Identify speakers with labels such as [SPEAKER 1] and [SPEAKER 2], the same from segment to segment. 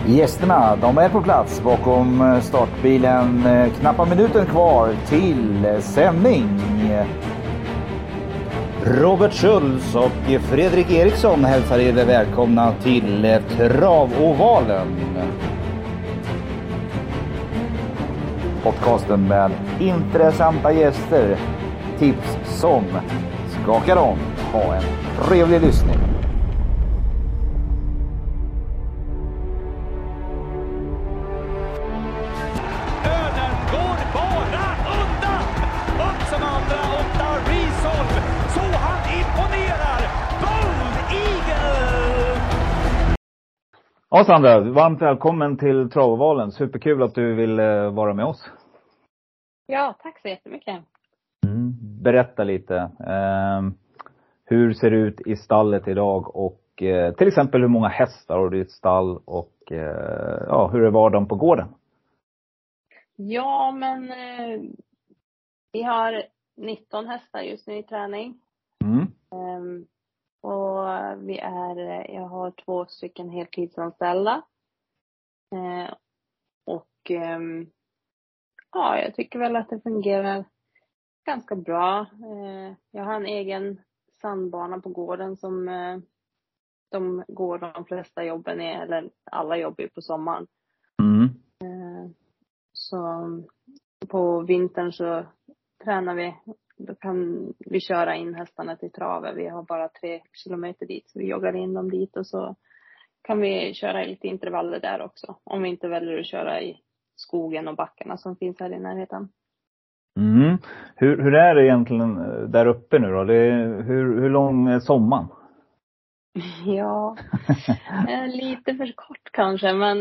[SPEAKER 1] Gästerna, de är på plats bakom startbilen. Knappa minuten kvar till sändning. Robert Schultz och Fredrik Eriksson hälsar er välkomna till Travovalen. Podcasten med intressanta gäster. Tips som skakar om. Ha en trevlig lyssning. Ja, Sandra, varmt välkommen till Travovalen. Superkul att du vill vara med oss.
[SPEAKER 2] Ja, tack så jättemycket.
[SPEAKER 1] Berätta lite. Hur ser det ut i stallet idag och till exempel hur många hästar har du i ett stall och hur är vardagen på gården?
[SPEAKER 2] Ja, men vi har 19 hästar just nu i träning. Och jag har 2 stycken heltidsanställda. Jag tycker väl att det fungerar ganska bra. Jag har en egen sandbana på gården som de flesta jobben är, eller alla jobbar ju på sommaren. Så på vintern så tränar vi. Då kan vi köra in hästarna till travet. Vi har bara 3 kilometer dit. Så vi joggar in dem dit. Och så kan vi köra lite intervaller där också. Om vi inte väljer att köra i skogen och backarna som finns här i närheten.
[SPEAKER 1] Hur är det egentligen där uppe nu då? Hur lång är sommaren?
[SPEAKER 2] Ja, lite för kort kanske. Men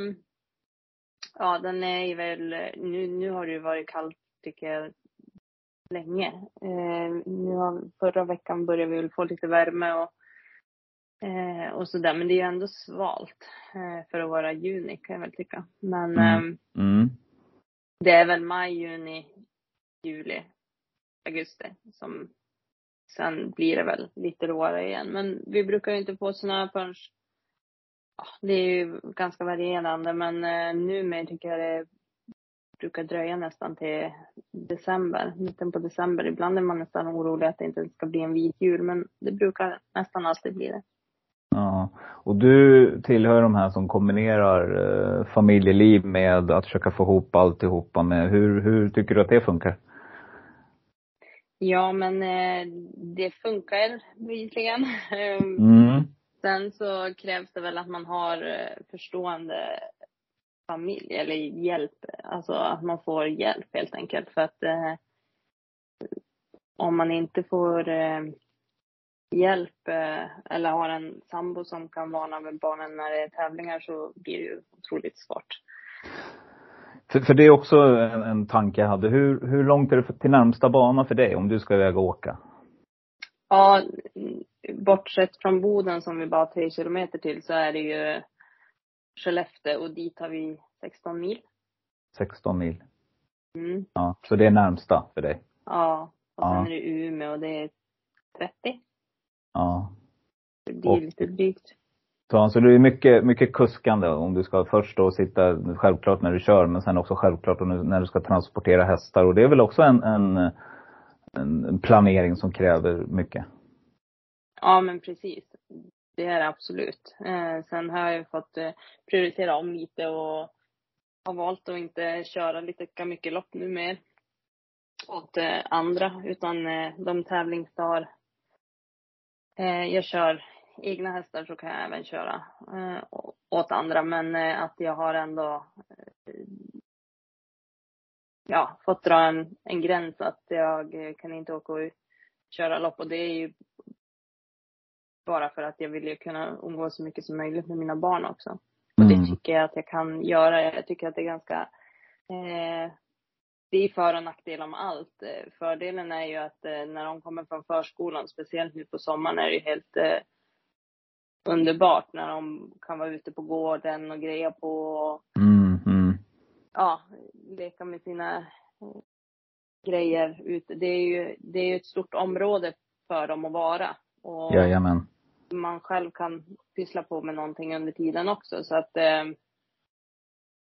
[SPEAKER 2] den är väl... Nu har det ju varit kallt tycker jag. Länge. Förra veckan började vi väl få lite värme och sådär. Men det är ju ändå svalt för att vara juni kan jag väl tycka. Men det är väl maj, juni, juli, augusti som sen blir det väl lite råare igen. Men vi brukar ju inte få snö förrän det är ju ganska varierande. Men nu tycker jag det brukar dröja nästan till december, mitten på december. Ibland är man nästan orolig att det inte ska bli en vit jul, men det brukar nästan alltid bli det.
[SPEAKER 1] Ja, och du tillhör de här som kombinerar familjeliv med att försöka få ihop alltihopa med. Hur tycker du att det funkar?
[SPEAKER 2] Ja, men det funkar bevisligen. Sen så krävs det väl att man har förstående familj eller hjälp, alltså att man får hjälp helt enkelt, för att om man inte får hjälp eller har en sambo som kan varna med barnen när det är tävlingar så blir det ju otroligt svårt.
[SPEAKER 1] För det är också en tanke jag hade. Hur långt är det till närmsta bana för dig om du ska iväg och åka?
[SPEAKER 2] Ja, bortsett från Boden som vi bara 3 kilometer till så är det ju Skellefteå och dit har vi 16 mil. 16 mil. Ja, så det är närmsta för dig? Ja, och sen är det Umeå och det är 30. Ja. Det blir lite drygt. Så alltså det är mycket kuskande om du ska först då sitta självklart när du kör, men sen också självklart när du ska transportera hästar. Och det är väl också en planering som kräver mycket? Ja, men precis. Det är det absolut. Sen har jag fått prioritera om lite och har valt att inte köra lika mycket lopp nu mer åt andra, utan de tävlingsdagar jag kör egna hästar så kan jag även köra åt andra, men att jag har ändå fått dra en gräns att jag kan inte åka och köra lopp, och det är ju bara för att jag vill ju kunna umgås så mycket som möjligt med mina barn också. Och det tycker jag att jag kan göra. Jag tycker att det är ganska det är för- och nackdel om allt. Fördelen är ju att när de kommer från förskolan, speciellt nu på sommaren, är det ju helt underbart när de kan vara ute på gården och greja på leka med sina grejer ute. Det är ju ett stort område för dem att vara. Och
[SPEAKER 1] jajamän.
[SPEAKER 2] Man själv kan pyssla på med någonting under tiden också. Så att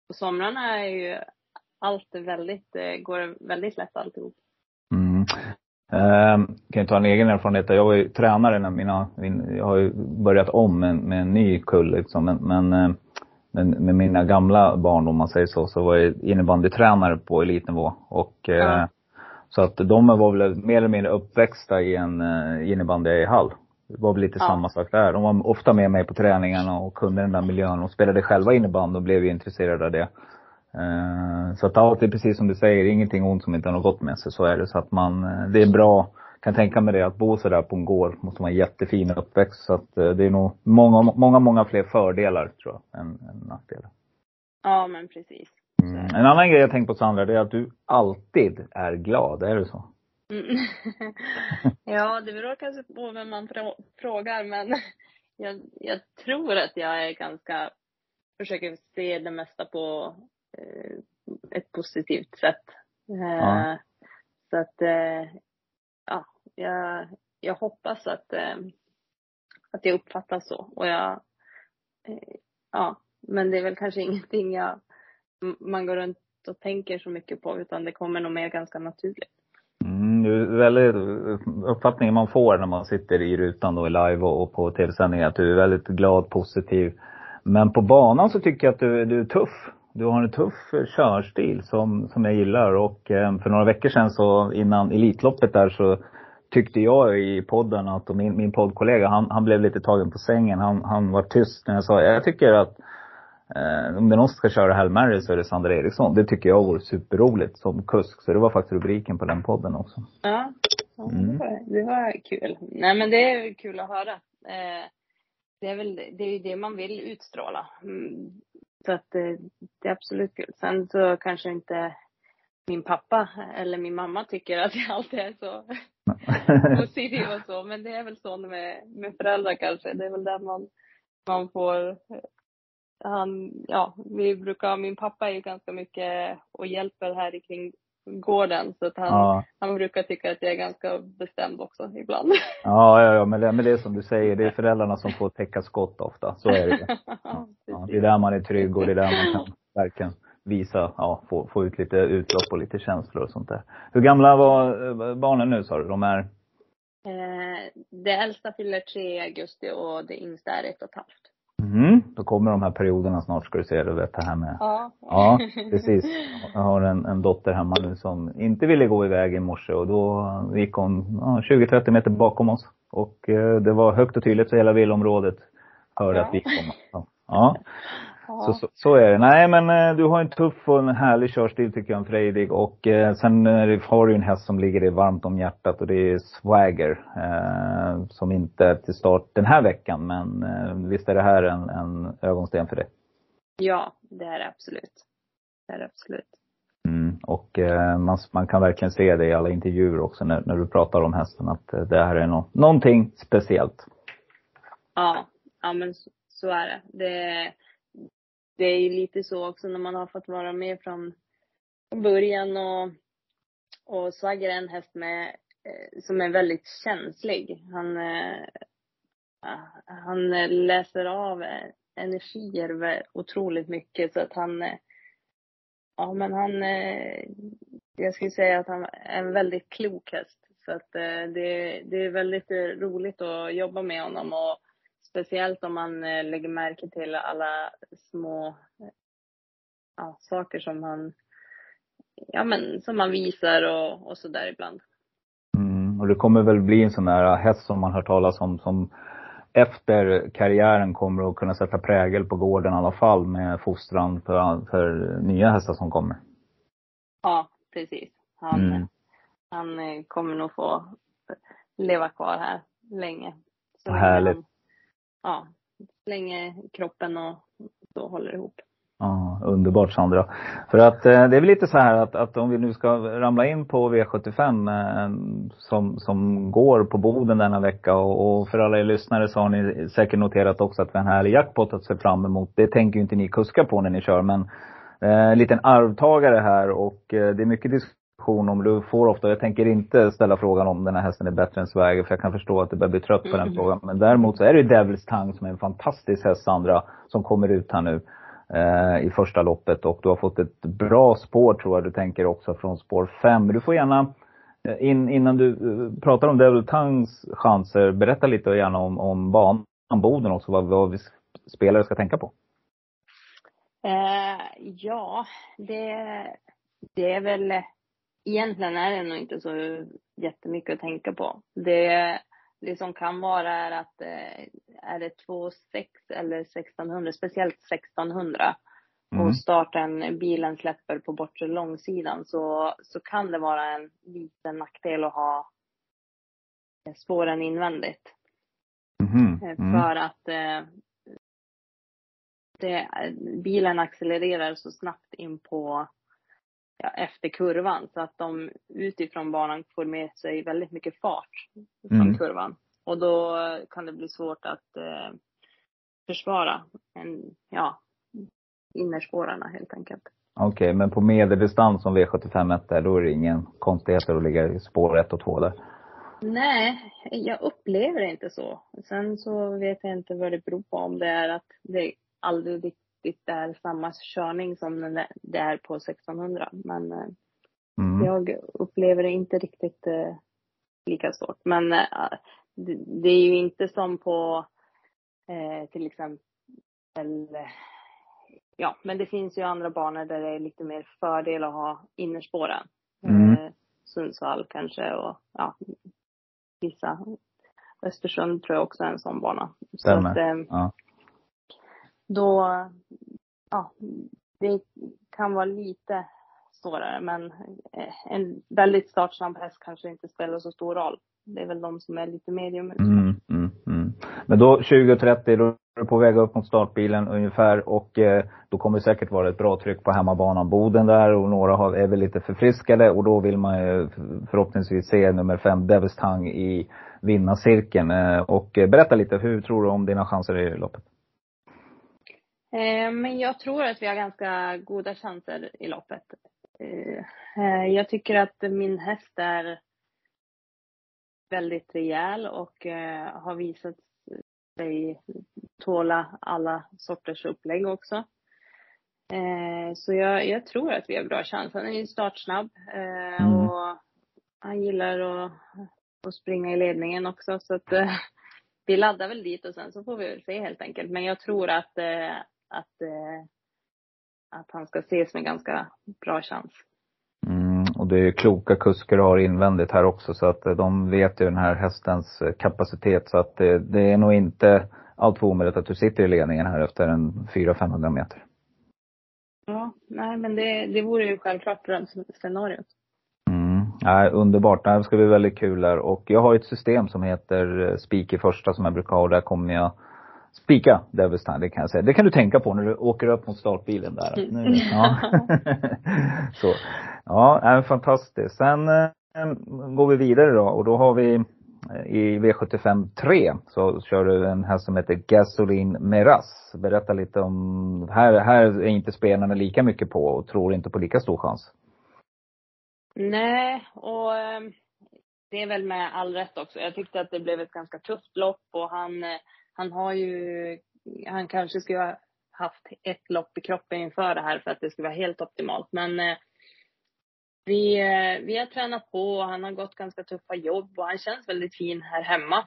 [SPEAKER 2] på somrarna är ju allt går väldigt lätt alltihop.
[SPEAKER 1] Kan jag ta en egen erfarenhet? Jag var ju tränare när jag har ju börjat om med en ny kull liksom. Men med mina gamla barn, om man säger så var jag innebandytränare på elitnivå. Och så att de var väl mer eller mindre uppväxta i en innebandyhall. Det var väl lite samma sak där. De var ofta med mig på träningarna och kunde den där miljön. Och spelade själva innebandy och blev ju intresserade av det. Så att det är precis som du säger, ingenting ont som inte har något gott med sig. Så är det. Så att det är bra, kan tänka mig det, att bo så där på en gård måste vara en jättefin uppväxt. Så att det är nog många fler fördelar, tror jag, än nackdelar.
[SPEAKER 2] Ja, men precis.
[SPEAKER 1] En annan grej jag tänkt på, Sandra, det är att du alltid är glad, är det så?
[SPEAKER 2] Ja, det beror kanske på vem man frågar, men jag tror att jag är ganska, försöker se det mesta på ett positivt sätt. Så att jag hoppas att jag uppfattas så. Och men det är väl kanske ingenting man går runt och tänker så mycket på, utan det kommer nog mer ganska naturligt.
[SPEAKER 1] Det är väldigt uppfattningen man får när man sitter i rutan då i live och på tv-sändningar, att du är väldigt glad, positiv. Men på banan så tycker jag att du är tuff. Du har en tuff körstil som jag gillar. Och för några veckor sedan, så innan Elitloppet där, så tyckte jag i podden att min poddkollega, han blev lite tagen på sängen. Han var tyst när jag sa, jag tycker att om det någon ska köra Hail Mary så är det Sandra Eriksson. Det tycker jag vore superroligt som kusk. Så det var faktiskt rubriken på den podden också.
[SPEAKER 2] Ja, det var kul. Nej, men det är kul att höra. Det är ju det man vill utstråla. Så att det är absolut kul. Sen så kanske inte min pappa eller min mamma tycker att jag alltid är så positiv och så. Men det är väl så med föräldrar kanske. Det är väl där man får... min pappa är ju ganska mycket och hjälper här kring gården, så att han brukar tycka att jag är ganska bestämd också ibland.
[SPEAKER 1] Ja, men det är som du säger, det är föräldrarna som får täcka skott ofta, så är det. Det är där man är trygg och det är där man kan verkligen visa, få ut lite utlopp och lite känslor och sånt där. Hur gamla var barnen nu, sa du? De är?
[SPEAKER 2] Det äldsta fyller 3 i augusti och det yngsta är 1,5.
[SPEAKER 1] Då kommer de här perioderna snart, ska du se, du vet det här med.
[SPEAKER 2] Ja,
[SPEAKER 1] precis. Jag har en dotter hemma nu som inte ville gå iväg i morse, och då gick hon 20-30 meter bakom oss. Och det var högt och tydligt, så hela villområdet hörde att vi kom. Så är det. Nej, men du har en tuff och en härlig körstil, tycker jag, en frejdig. Och sen har du en häst som ligger dig varmt om hjärtat, och det är Swagger. Som inte är till start den här veckan, men visst är det här en ögonsten för dig? Ja,
[SPEAKER 2] det är det absolut.
[SPEAKER 1] Och man kan verkligen se det i alla intervjuer också när du pratar om hästen, att det här är någonting speciellt.
[SPEAKER 2] Ja, men så är det. Det är ju lite så också när man har fått vara med från början, och Swagger är en häst som är väldigt känslig. Han läser av energier otroligt mycket, så att jag skulle säga att han är en väldigt klok häst. Så att det är väldigt roligt att jobba med honom, och speciellt om man lägger märke till alla små saker som man visar och så där ibland.
[SPEAKER 1] Och det kommer väl bli en sån där häst som man hört talas om, som efter karriären kommer att kunna sätta prägel på gården i alla fall, med fostran för nya hästar som kommer.
[SPEAKER 2] Ja, precis. Han kommer nog få leva kvar här länge. Så
[SPEAKER 1] härligt.
[SPEAKER 2] Länge kroppen och så håller ihop.
[SPEAKER 1] Ja, underbart, Sandra. För att det är väl lite så här att om vi nu ska ramla in på V75 som går på Boden denna vecka, och för alla er lyssnare så har ni säkert noterat också att vi har en härlig jackpot att se fram emot. Det tänker ju inte ni kuskar på när ni kör, men en liten arvtagare här, och det är mycket diskussion om, du får ofta, jag tänker inte ställa frågan om den här hästen är bättre än Swagger, för jag kan förstå att du börjar bli trött på den frågan. Men däremot så är det ju Devil's Tongue som är en fantastisk häst, Sandra, som kommer ut här nu. i första loppet. Och du har fått ett bra spår, tror jag du tänker också, från spår 5. Du får gärna, innan du pratar om Devil Tongues chanser, berätta lite gärna om banan, Boden också, vad vi spelare ska tänka på.
[SPEAKER 2] Ja, det är väl, egentligen är det nog inte så jättemycket att tänka på. Det som kan vara är att är det 2,6 eller 1600, speciellt 1600, och bilen släpper på bortre långsidan, så kan det vara en liten nackdel att ha spåren invändigt. För att bilen accelererar så snabbt in på efter kurvan, så att de utifrån banan får med sig väldigt mycket fart från kurvan, och då kan det bli svårt att försvara innerspårarna helt enkelt.
[SPEAKER 1] Okej, men på medeldistans som V75 där, då är det ingen konstigheter att ligga i spår 1 och 2 där?
[SPEAKER 2] Nej, jag upplever det inte så. Sen så vet jag inte vad det beror på, om det är att det aldrig riktigt är samma körning som det är på 1600. Men jag upplever det inte riktigt lika stort. Men det är ju inte som på till exempel, men det finns ju andra banor där det är lite mer fördel att ha innerspåren. Sundsvall kanske, och vissa. Östersund tror jag också är en sån bana. Så att, då, det kan vara lite svårare, men en väldigt startsnabb häst kanske inte spelar så stor roll. Det är väl de som är lite medium.
[SPEAKER 1] Men då 20:30, då är du på väg upp mot startbilen ungefär, och då kommer det säkert vara ett bra tryck på hemmabanan Boden där, och några är väl lite förfriskade, och då vill man ju förhoppningsvis se nummer 5 Devil Tongue i vinnarcirkeln. Och berätta lite, hur tror du om dina chanser i loppet?
[SPEAKER 2] Men jag tror att vi har ganska goda chanser i loppet. Jag tycker att min häst är väldigt rejäl och har visat sig tåla alla sorters upplägg också. Så jag tror att vi har bra chans. Han är ju startsnabb och han gillar att springa i ledningen också. Så att vi laddar väl dit, och sen så får vi väl se helt enkelt. Men jag tror att han ska ses med ganska bra chans.
[SPEAKER 1] Och det är kloka kuskar har invändigt här också, så att de vet ju den här hästens kapacitet, så att det är nog inte allt för omöjligt att du sitter i ledningen här efter en 400-500 meter.
[SPEAKER 2] Ja, nej, men det vore ju självklart drömscenariot.
[SPEAKER 1] Ja, underbart. Det här ska bli väldigt kul här. Och jag har ett system som heter Spik i första, som jag brukar ha. Där kommer jag spika Devil Tongue, det kan jag säga. Det kan du tänka på när du åker upp mot startbilen där. Så. Ja, är fantastiskt. Sen går vi vidare då. Och då har vi i V75 3 så kör du en här som heter Gasoline Meras. Berätta lite om, här är inte spelarna lika mycket på och tror inte på lika stor chans.
[SPEAKER 2] Nej, och det är väl med all rätt också. Jag tyckte att det blev ett ganska tufft lopp, och han kanske skulle ha haft ett lopp i kroppen inför det här för att det skulle vara helt optimalt. Men vi har tränat på, och han har gått ganska tuffa jobb, och han känns väldigt fin här hemma.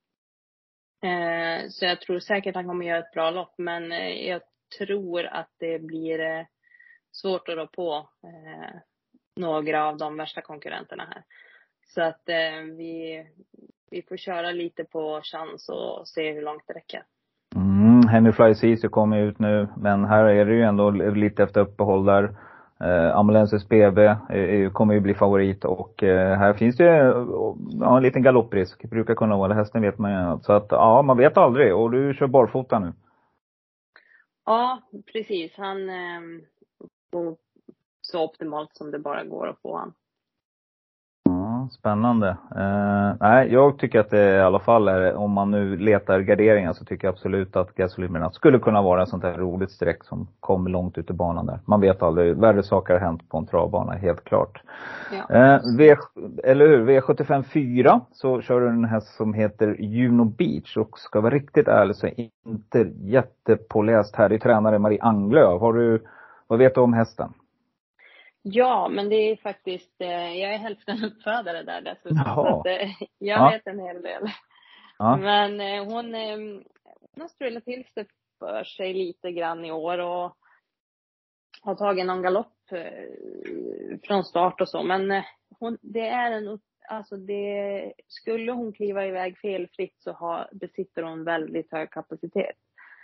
[SPEAKER 2] Så jag tror säkert att han kommer göra ett bra lopp, men jag tror att det blir svårt att rå på några av de värsta konkurrenterna här. Så att vi får köra lite på chans och se hur långt det räcker.
[SPEAKER 1] Henry Flies Easy kommer ut nu, men här är det ju ändå lite efter uppehåll där. Amalensis BB kommer ju bli favorit, och här finns det en liten galopprisk. Brukar kunna vara, hästen vet man ju. Så att man vet aldrig, och du kör barfota nu.
[SPEAKER 2] Ja, precis. Han går så optimalt som det bara går att få han.
[SPEAKER 1] Ja, spännande. Nej, jag tycker att det i alla fall är, om man nu letar garderingar, så tycker jag absolut att Gasolimierna skulle kunna vara en sånt här roligt streck som kommer långt ut i banan där. Man vet aldrig, värre saker har hänt på en travbana, helt klart.
[SPEAKER 2] Ja.
[SPEAKER 1] Eller hur? V75 4 så kör du en häst som heter Juno Beach, och ska vara riktigt ärlig så är inte jättepåläst här i tränare Marie Anglöf. Vad vet du om hästen?
[SPEAKER 2] Ja, men det är faktiskt, jag är hälften uppfödare där dessutom.
[SPEAKER 1] Jaha.
[SPEAKER 2] Så att, jag vet en hel del.
[SPEAKER 1] Ja.
[SPEAKER 2] Men hon har strulat till det för sig lite grann i år och har tagit någon galopp från start och så. Men skulle hon kliva iväg felfritt så besitter hon väldigt hög kapacitet.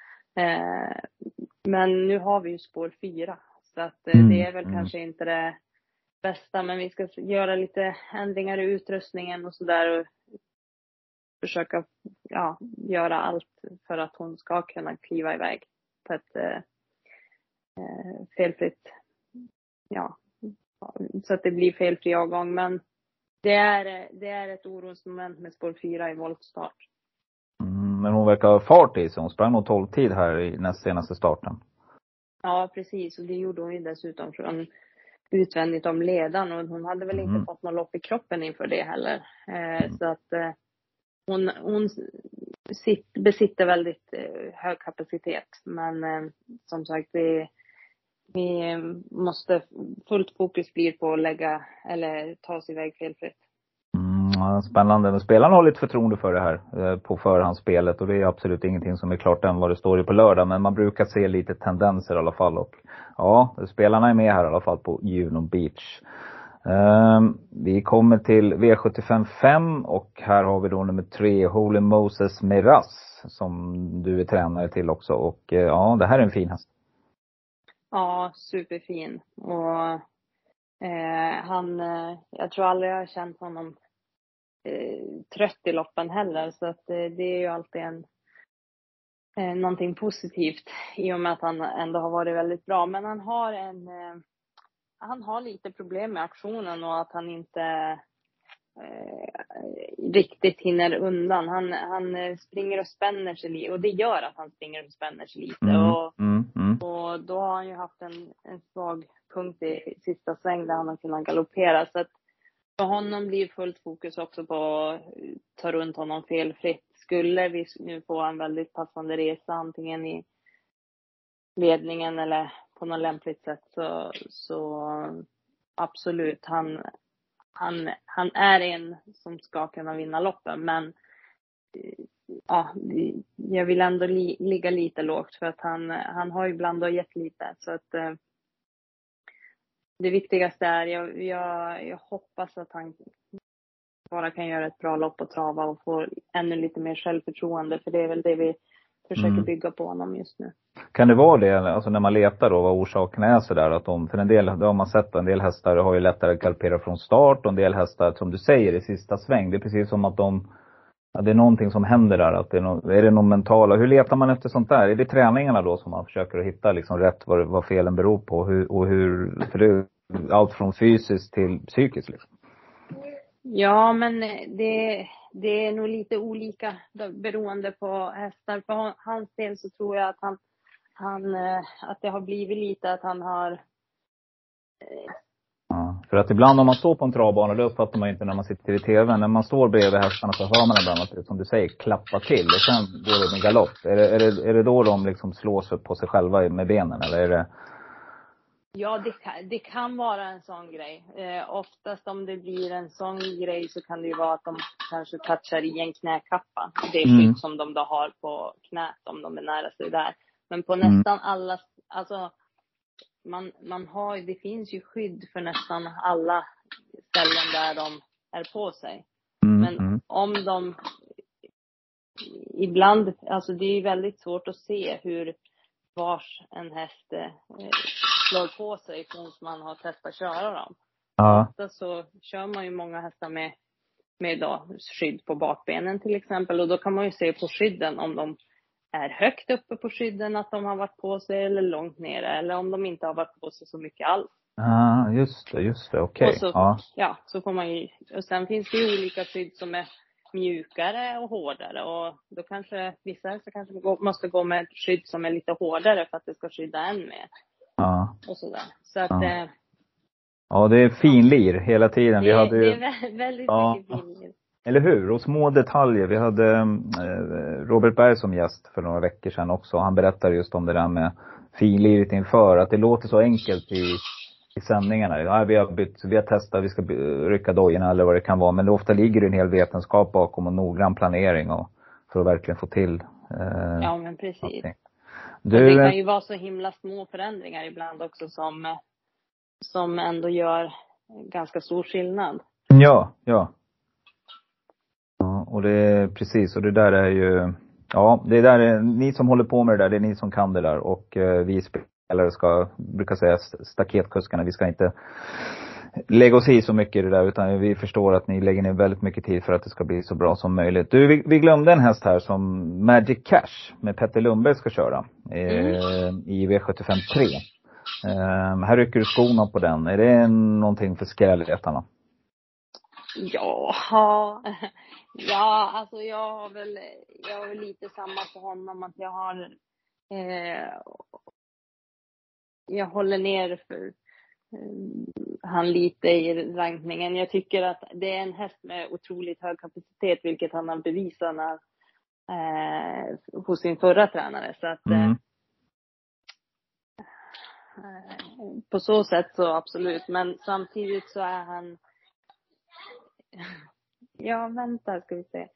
[SPEAKER 2] Men nu har vi ju spår 4. Så att det är väl kanske inte det bästa. Men vi ska göra lite ändringar i utrustningen och sådär. Och försöka göra allt för att hon ska kunna kliva iväg på ett felfritt. Ja, så att det blir felfri avgång. Men det är ett orosmoment med spår 4 i voltstart.
[SPEAKER 1] Men hon verkar ha fart i sig. Hon sprang nog 12-tid här i näst senaste starten.
[SPEAKER 2] Ja, precis. Och det gjorde hon ju dessutom från utvändigt om ledan. Och hon hade väl inte fått någon lopp i kroppen inför det heller. Så att hon besitter väldigt hög kapacitet. Men som sagt, vi måste, fullt fokus blir på att ta sig iväg felfritt.
[SPEAKER 1] Spännande. Men spelarna har lite förtroende för det här på förhandsspelet, och det är absolut ingenting som är klart än vad det står i på lördag, men man brukar se lite tendenser i alla fall, och ja, spelarna är med här i alla fall på Juno Beach. Vi kommer till V75 5 och här har vi då nummer 3 Holy Moses Miraz som du är tränare till också, och ja, det här är en fin häst.
[SPEAKER 2] Ja, superfin. Och jag tror aldrig jag har känt honom trött i loppen heller, så att det är ju alltid någonting positivt i och med att han ändå har varit väldigt bra. Men han har lite problem med aktionen och att han inte riktigt hinner undan. Han springer och spänner sig lite, och det gör att han springer och spänner sig lite. Och då har han ju haft en svag punkt i sista sväng där han har kunnat galoppera. Så att för honom blir fullt fokus också på att ta runt honom felfritt. Skulle vi nu få en väldigt passande resa, antingen i ledningen eller på något lämpligt sätt, så absolut, han är en som ska kunna vinna loppen. Men ja, jag vill ändå ligga lite lågt, för att han har ju ibland gett lite. Så att det viktigaste är, jag hoppas att han bara kan göra ett bra lopp och trava och få ännu lite mer självförtroende, för det är väl det vi försöker bygga på honom just nu.
[SPEAKER 1] Kan det vara det, alltså när man letar då, vad orsaken är så där, att för en del, då har man sett en del hästar har ju lättare att galoppera från start, och en del hästar, som du säger, i sista sväng, det är precis som att det är någonting som händer där, att är det någon mentala, hur letar man efter sånt där? Är det träningarna då som man försöker att hitta liksom rätt vad felen beror på, för det är allt från fysiskt till psykiskt liksom?
[SPEAKER 2] Ja, men det är nog lite olika beroende på hästar. För hans del så tror jag att att det har blivit lite att han har...
[SPEAKER 1] Ja, för att ibland om man står på en travbana, det uppfattar man inte när man sitter i tv. När man står bredvid hästarna så hör man ibland att det, som du säger, klappa till. Och sen går det med galopp. Är det då de liksom slår sig på sig själva med benen? Eller är det...
[SPEAKER 2] Ja, det kan vara en sån grej. Oftast om det blir en sån grej så kan det ju vara att de kanske touchar i en knäkappa. Det är skydd som de då har på knät om de är nära sig där. Men på nästan alla, alltså det finns ju skydd för nästan alla ställen där de är på sig. Men om de ibland, alltså det är väldigt svårt att se hur vars en häst slår på sig förrän man har testat köra dem. Ofta så kör man ju många hästar med då skydd på bakbenen till exempel. Och då kan man ju se på skydden om de är högt uppe på skydden, att de har varit på sig, eller långt nere, eller om de inte har varit på sig så mycket alls.
[SPEAKER 1] Just det, okej.
[SPEAKER 2] Och så, så får man ju, och sen finns det ju olika skydd som är mjukare och hårdare, och då kanske vissa så kanske måste gå med ett skydd som är lite hårdare för att det ska skydda än mer.
[SPEAKER 1] Ja.
[SPEAKER 2] Och sådär. Så att
[SPEAKER 1] ja, det är finlir hela tiden.
[SPEAKER 2] Det är väldigt mycket finlir.
[SPEAKER 1] Eller hur? Och små detaljer. Vi hade Robert Berg som gäst för några veckor sedan också. Han berättade just om det där med finliret inför. Att det låter så enkelt i sändningarna. Ja, vi har testat, vi ska rycka dojorna eller vad det kan vara. Men det ofta ligger en hel vetenskap bakom och noggrann planering och för att verkligen få till.
[SPEAKER 2] Ja, men precis. Det kan ju vara så himla små förändringar ibland också som ändå gör ganska stor skillnad.
[SPEAKER 1] Ja, och det är precis, och det där är ju, det där är ni som håller på med det där, det är ni som kan det där, och vi spelare brukar säga staketkuskarna, vi ska inte lägga oss i så mycket i det där, utan vi förstår att ni lägger ner väldigt mycket tid för att det ska bli så bra som möjligt. Du, vi glömde en häst här som Magic Cash med Petter Lundberg ska köra i V75 3. Här rycker du skorna på den. Är det någonting för skrällletarna?
[SPEAKER 2] Ja, alltså jag har väl lite samma på honom, att jag håller ner för han lite i rankningen. Jag tycker att det är en häst med otroligt hög kapacitet, vilket han har bevisat hos sin förra tränare. Så att på så sätt så absolut. Men samtidigt så är han... Ja, vänta, ska vi se.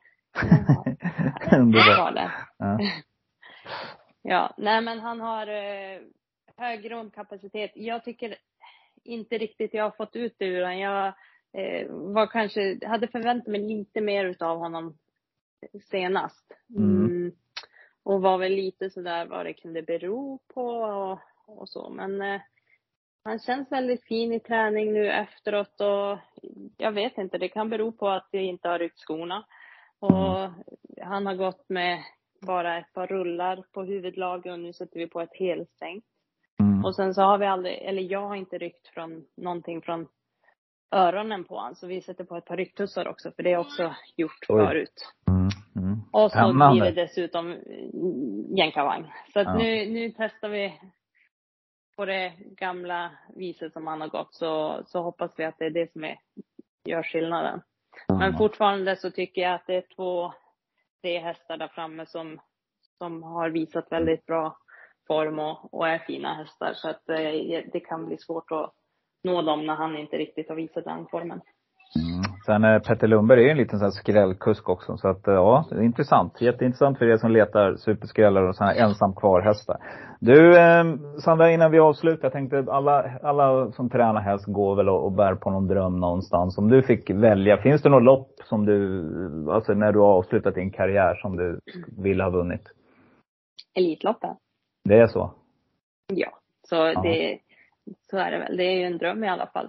[SPEAKER 2] Ja, nej, men han har hög grundkapacitet. Jag tycker inte riktigt jag har fått ut det ur. Jag hade förväntat mig lite mer utav honom senast. Och var väl lite sådär vad det kunde bero på och så. Men han känns väldigt fin i träning nu efteråt, och jag vet inte, det kan bero på att vi inte har ryckt skorna. Och han har gått med bara ett par rullar på huvudlaget, och nu sätter vi på ett helstängt. Och sen så har jag har inte ryckt från någonting från öronen på han, så vi sätter på ett par rycktussar också, för det är också gjort förut. Och så blir det dessutom jänkarvagn. Så att nu testar vi på det gamla viset som han har gått, så hoppas vi att det är det som gör skillnaden. Men fortfarande så tycker jag att det är 2-3 hästar där framme som har visat väldigt bra form och är fina hästar, så att det kan bli svårt att nå dem när han inte riktigt har visat den formen.
[SPEAKER 1] Sen Petter Lundberg är en liten sån här skrällkusk också, så att det är intressant. Jätteintressant för er som letar superskrällar och såna här ensam kvar hästar. Du, Sandra, innan vi avslutar, jag tänkte alla som tränar häst går väl och bär på någon dröm någonstans. Om du fick välja, finns det något lopp som du, alltså när du har avslutat din karriär, som du vill ha vunnit?
[SPEAKER 2] Elitloppet.
[SPEAKER 1] Det är så?
[SPEAKER 2] Ja, så är det väl. Det är ju en dröm i alla fall.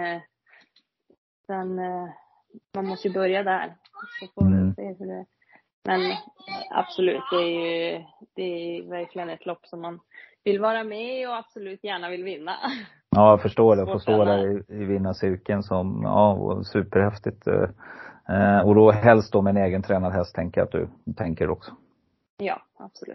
[SPEAKER 2] Sen man måste ju börja där. Så får vi se hur det. Men absolut, det är verkligen ett lopp som man vill vara med och absolut gärna vill vinna. Ja,
[SPEAKER 1] jag förstår det. Få stå där i vinnarcirkeln som, superhäftigt. Och då helst då med en egen tränad häst, tänker jag att du tänker också.
[SPEAKER 2] Ja, absolut.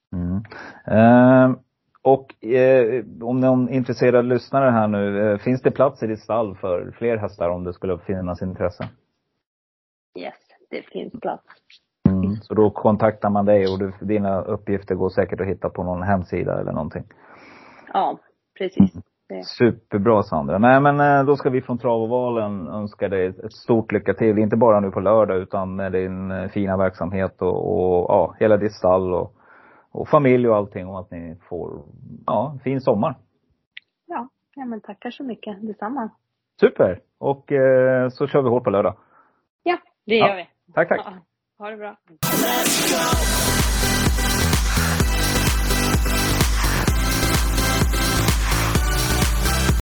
[SPEAKER 1] Och om någon intresserad lyssnare här nu, finns det plats i ditt stall för fler hästar om det skulle finnas intresse?
[SPEAKER 2] Yes, det finns plats.
[SPEAKER 1] Så då kontaktar man dig, och dina uppgifter går säkert att hitta på någon hemsida eller någonting.
[SPEAKER 2] Ja, precis.
[SPEAKER 1] Superbra, Sandra. Nej, men då ska vi från Travovalen önska dig ett stort lycka till. Inte bara nu på lördag, utan med din fina verksamhet och hela ditt stall och familj och allting, och att ni får en fin sommar.
[SPEAKER 2] Ja, men tackar så mycket. Detsamma.
[SPEAKER 1] Super. Och så kör vi hårt på lördag.
[SPEAKER 2] Ja, det gör vi.
[SPEAKER 1] Tack.
[SPEAKER 2] Ja, ha det bra.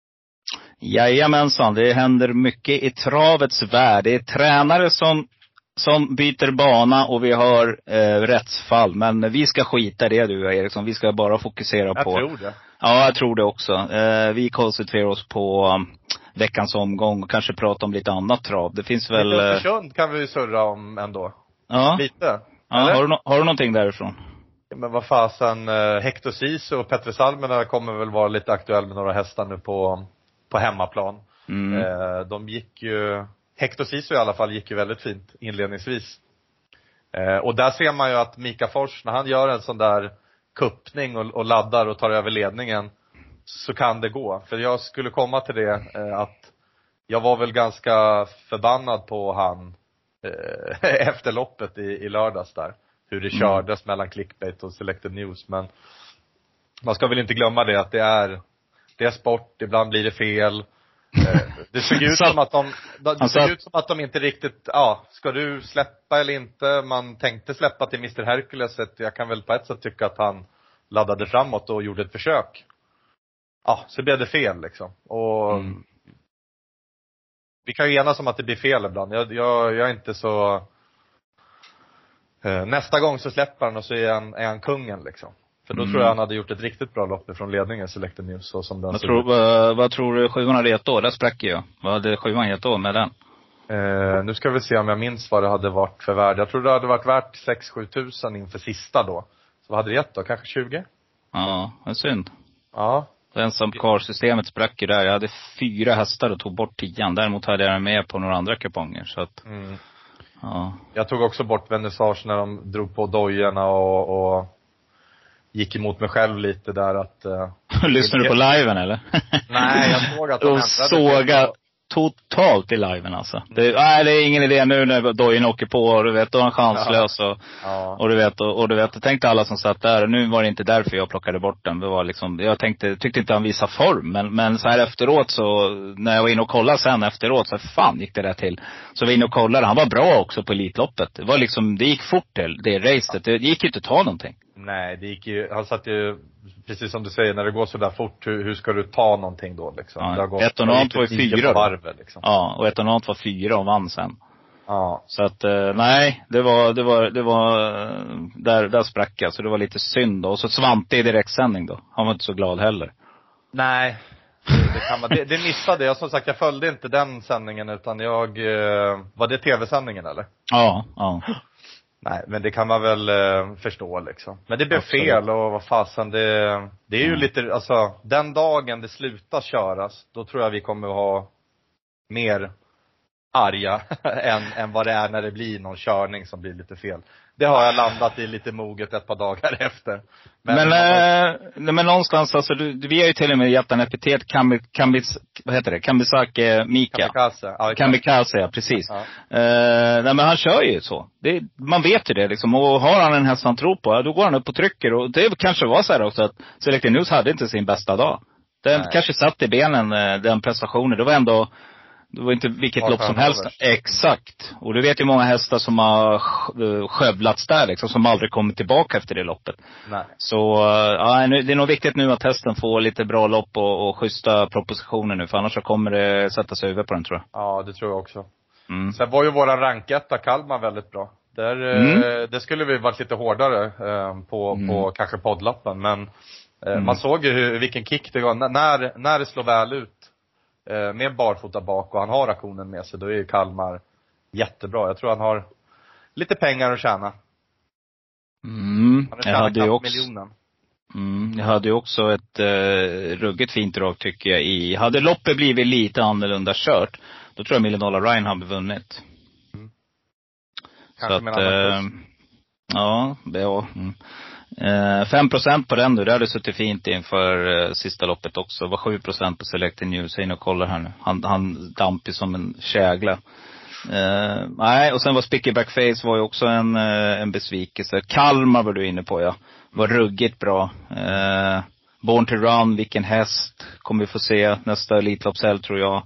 [SPEAKER 1] Jajamensan, det händer mycket i travets värld. Det är tränare som som byter bana och vi har rättsfall. Men vi ska skita det, du och Eriksson. Vi ska bara fokusera på...
[SPEAKER 3] Jag tror det.
[SPEAKER 1] Ja, jag tror det också. Vi koncentrerar oss på veckans omgång och kanske prata om lite annat trav. Det finns väl...
[SPEAKER 3] Östersund kan vi surra om ändå.
[SPEAKER 1] Ja.
[SPEAKER 3] Lite.
[SPEAKER 1] Ja, har du någonting därifrån?
[SPEAKER 3] Men vad fasen, Hector Sisu och Petter Salmela kommer väl vara lite aktuell med några hästar nu på hemmaplan. De gick ju, Hector Sisu i alla fall gick ju väldigt fint inledningsvis. Och där ser man ju att Mika Fors, när han gör en sån där kuppning och laddar och tar över ledningen, så kan det gå. För jag skulle komma till det, att jag var väl ganska förbannad på han efter loppet i lördags där. Hur det kördes mellan clickbait och selected news. Men man ska väl inte glömma det, att det är sport, ibland blir det fel. Det såg ut som att de inte riktigt, ska du släppa eller inte? Man tänkte släppa till Mr. Hercules. Jag kan väl på ett sätt tycka att han laddade framåt och gjorde ett försök. Så blev det fel liksom. Och vi kan ju enas om att det blir fel ibland. Jag är inte så... Nästa gång så släpper han och så är han kungen liksom. För då tror jag han hade gjort ett riktigt bra lopp från ledningen, Selected News. Så som den
[SPEAKER 1] vad tror du sjuan hade gett då? Där sprack jag. Vad hade sjuan gett då med den?
[SPEAKER 3] Nu ska vi se om jag minns vad det hade varit för värde. Jag tror det hade varit värt 6-7 tusen inför sista då. Så vad hade det gett då? Kanske 20?
[SPEAKER 1] Ja, det är synd.
[SPEAKER 3] Ja.
[SPEAKER 1] Ensam kvar-systemet sprack ju där. Jag hade 4 hästar och tog bort 10. Däremot hade jag med på några andra kuponger. Så att, ja.
[SPEAKER 3] Jag tog också bort Vernissage när de drog på dojorna och gick emot mig själv lite där att...
[SPEAKER 1] Lyssnar du på liven eller?
[SPEAKER 3] Nej, jag såg att de
[SPEAKER 1] såga totalt i liven alltså. Det är ingen idé nu när dojen åker på och du vet, då är han chanslös och du vet, jag tänkte alla som satt där, och nu var det inte därför jag plockade bort den. Det var liksom, tyckte inte han visade form, men så här efteråt så, när jag var inne och kollade sen efteråt, så fan gick det där till. Så var jag inne och kollade, han var bra också på Elitloppet. Det var liksom, det gick fort till det racet. Det gick ju inte att ta någonting.
[SPEAKER 3] Nej, det gick ju, han satt ju, precis som du säger, när det går så där fort, hur ska du ta någonting då liksom?
[SPEAKER 1] Ja, ett och annat var ju 4
[SPEAKER 3] varv, liksom.
[SPEAKER 1] Ja, och ett och annat var 4 och vann sen.
[SPEAKER 3] Ja.
[SPEAKER 1] Så att, nej, det var där sprack jag. Så det var lite synd då. Och så Svante i direktsändning då. Han var inte så glad heller.
[SPEAKER 3] Nej, det missade jag. Som sagt, jag följde inte den sändningen, utan var det tv-sändningen eller?
[SPEAKER 1] Ja.
[SPEAKER 3] Nej, men det kan man väl förstå liksom. Men det blev
[SPEAKER 1] Absolut.
[SPEAKER 3] fel, och vad fasen, det är ju lite, alltså den dagen det slutar köras, då tror jag vi kommer att ha mer arga än vad det är när det blir någon körning som blir lite fel. Det har jag landat i lite moget ett par dagar efter.
[SPEAKER 1] Men någonstans, alltså, vi har ju till och med gett en epitet Kambisake Mika. Kamikaze, ja, precis. Ja. Nej, men han kör ju så. Man vet ju det liksom. Och har han en häst han tror på, då går han upp och trycker. Och det kanske var så här också, att Selected News hade inte sin bästa dag. Den kanske satt i benen, den prestationen. Det var inte vilket lopp som helst. Exakt. Och du vet ju många hästar som har skövlats där liksom, som aldrig kommer tillbaka efter det loppet.
[SPEAKER 3] Nej.
[SPEAKER 1] Så det är nog viktigt nu att hästen får lite bra lopp och schyssta propositioner nu. För annars så kommer det sätta sig över på den, tror jag.
[SPEAKER 3] Ja, det tror jag också. Sen var ju våran ranketta Kalmar väldigt bra. Det skulle vi varit lite hårdare på kanske poddlappen. Men man såg ju vilken kick det går. När det slår väl ut med barfota bak och han har aktionen med sig, då är ju Kalmar jättebra. Jag tror han har lite pengar att tjäna.
[SPEAKER 1] Jag hade ju också ett ruggigt fint drag tycker jag. Hade loppet blivit lite annorlunda kört, då tror jag $1 Million Ryan hade vunnit. Så att, ja, det var 5% på den då. Det hade suttit fint inför sista loppet också. Det var 7% på Selected News. Jag är inne och kollar här nu. Han damp som en kägla. Nej, och sen var Spicky Backface var ju också en besvikelse. Kalmar var du inne på, ja. Var ruggigt bra. Born to Run, vilken häst. Kommer vi få se nästa Elitloppshelg, tror jag.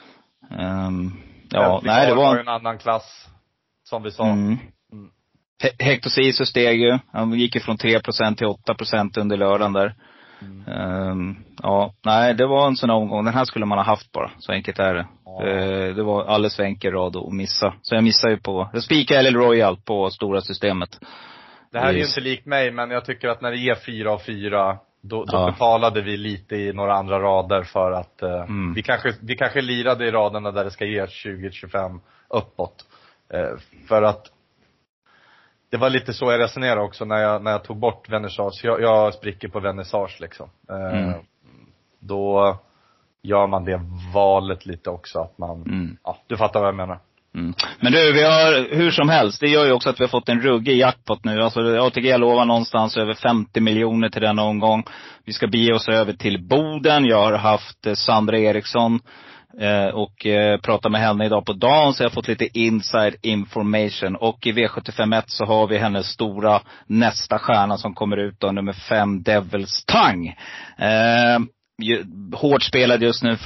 [SPEAKER 3] Nej, det var en annan klass, som vi sa.
[SPEAKER 1] Hector Sisu steg ju. Han gick ju från 3% till 8% under lördagen där.
[SPEAKER 4] Ja, nej, det var en sån omgång. Den här skulle man ha haft bara. Så enkelt är det. Det var alldeles för enkel rad att missa. Så jag missar ju jag spikar LL Royal på stora systemet.
[SPEAKER 3] Det här är ju inte likt mig, men jag tycker att när det är 4 av 4, då betalade vi lite i några andra rader för att vi kanske lirade i raderna där det ska ge 20-25 uppåt. För att det var lite så jag resonerade också när jag tog bort vernissage. Jag spricker på vernissage liksom. Då gör man det valet lite också att man, ja, du fattar vad jag menar.
[SPEAKER 4] Men du, vi har hur som helst, det gör ju också att vi har fått en ruggig jackpot nu. Alltså ATG lovar någonstans över 50 miljoner till denna omgång. Vi ska bege oss över till Boden. Jag har haft Sandra Eriksson och pratat med henne idag på dagen, så jag har fått lite inside information. Och i V75-1 så har vi hennes stora nästa stjärna som kommer ut då, nummer 5 Devils Tang. Hårt spelad just nu,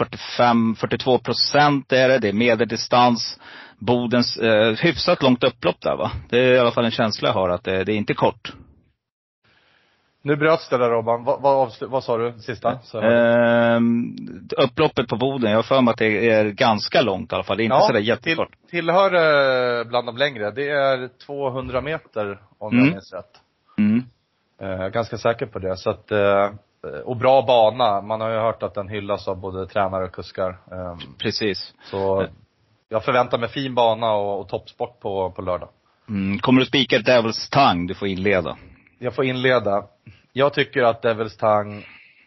[SPEAKER 4] 42% är det är medeldistans. Bodens hyfsat långt upplopp där, va? Det är i alla fall en känsla jag har att det är inte kort.
[SPEAKER 3] Nu bröts det där, Robban. Vad sa du sista?
[SPEAKER 4] Upploppet på Boden, jag har för mig att det är ganska långt i alla fall. Det är inte sådär jättekort.
[SPEAKER 3] Tillhör bland de längre. Det är 200 meter om jag minns rätt. Ganska säker på det. Så att, och bra bana. Man har ju hört att den hyllas av både tränare och kuskar.
[SPEAKER 4] Precis.
[SPEAKER 3] Så jag förväntar mig fin bana och toppsport på lördag.
[SPEAKER 4] Kommer du spika Devils Tang? Du får inleda.
[SPEAKER 3] Jag får inleda. Jag tycker att Devils Tang,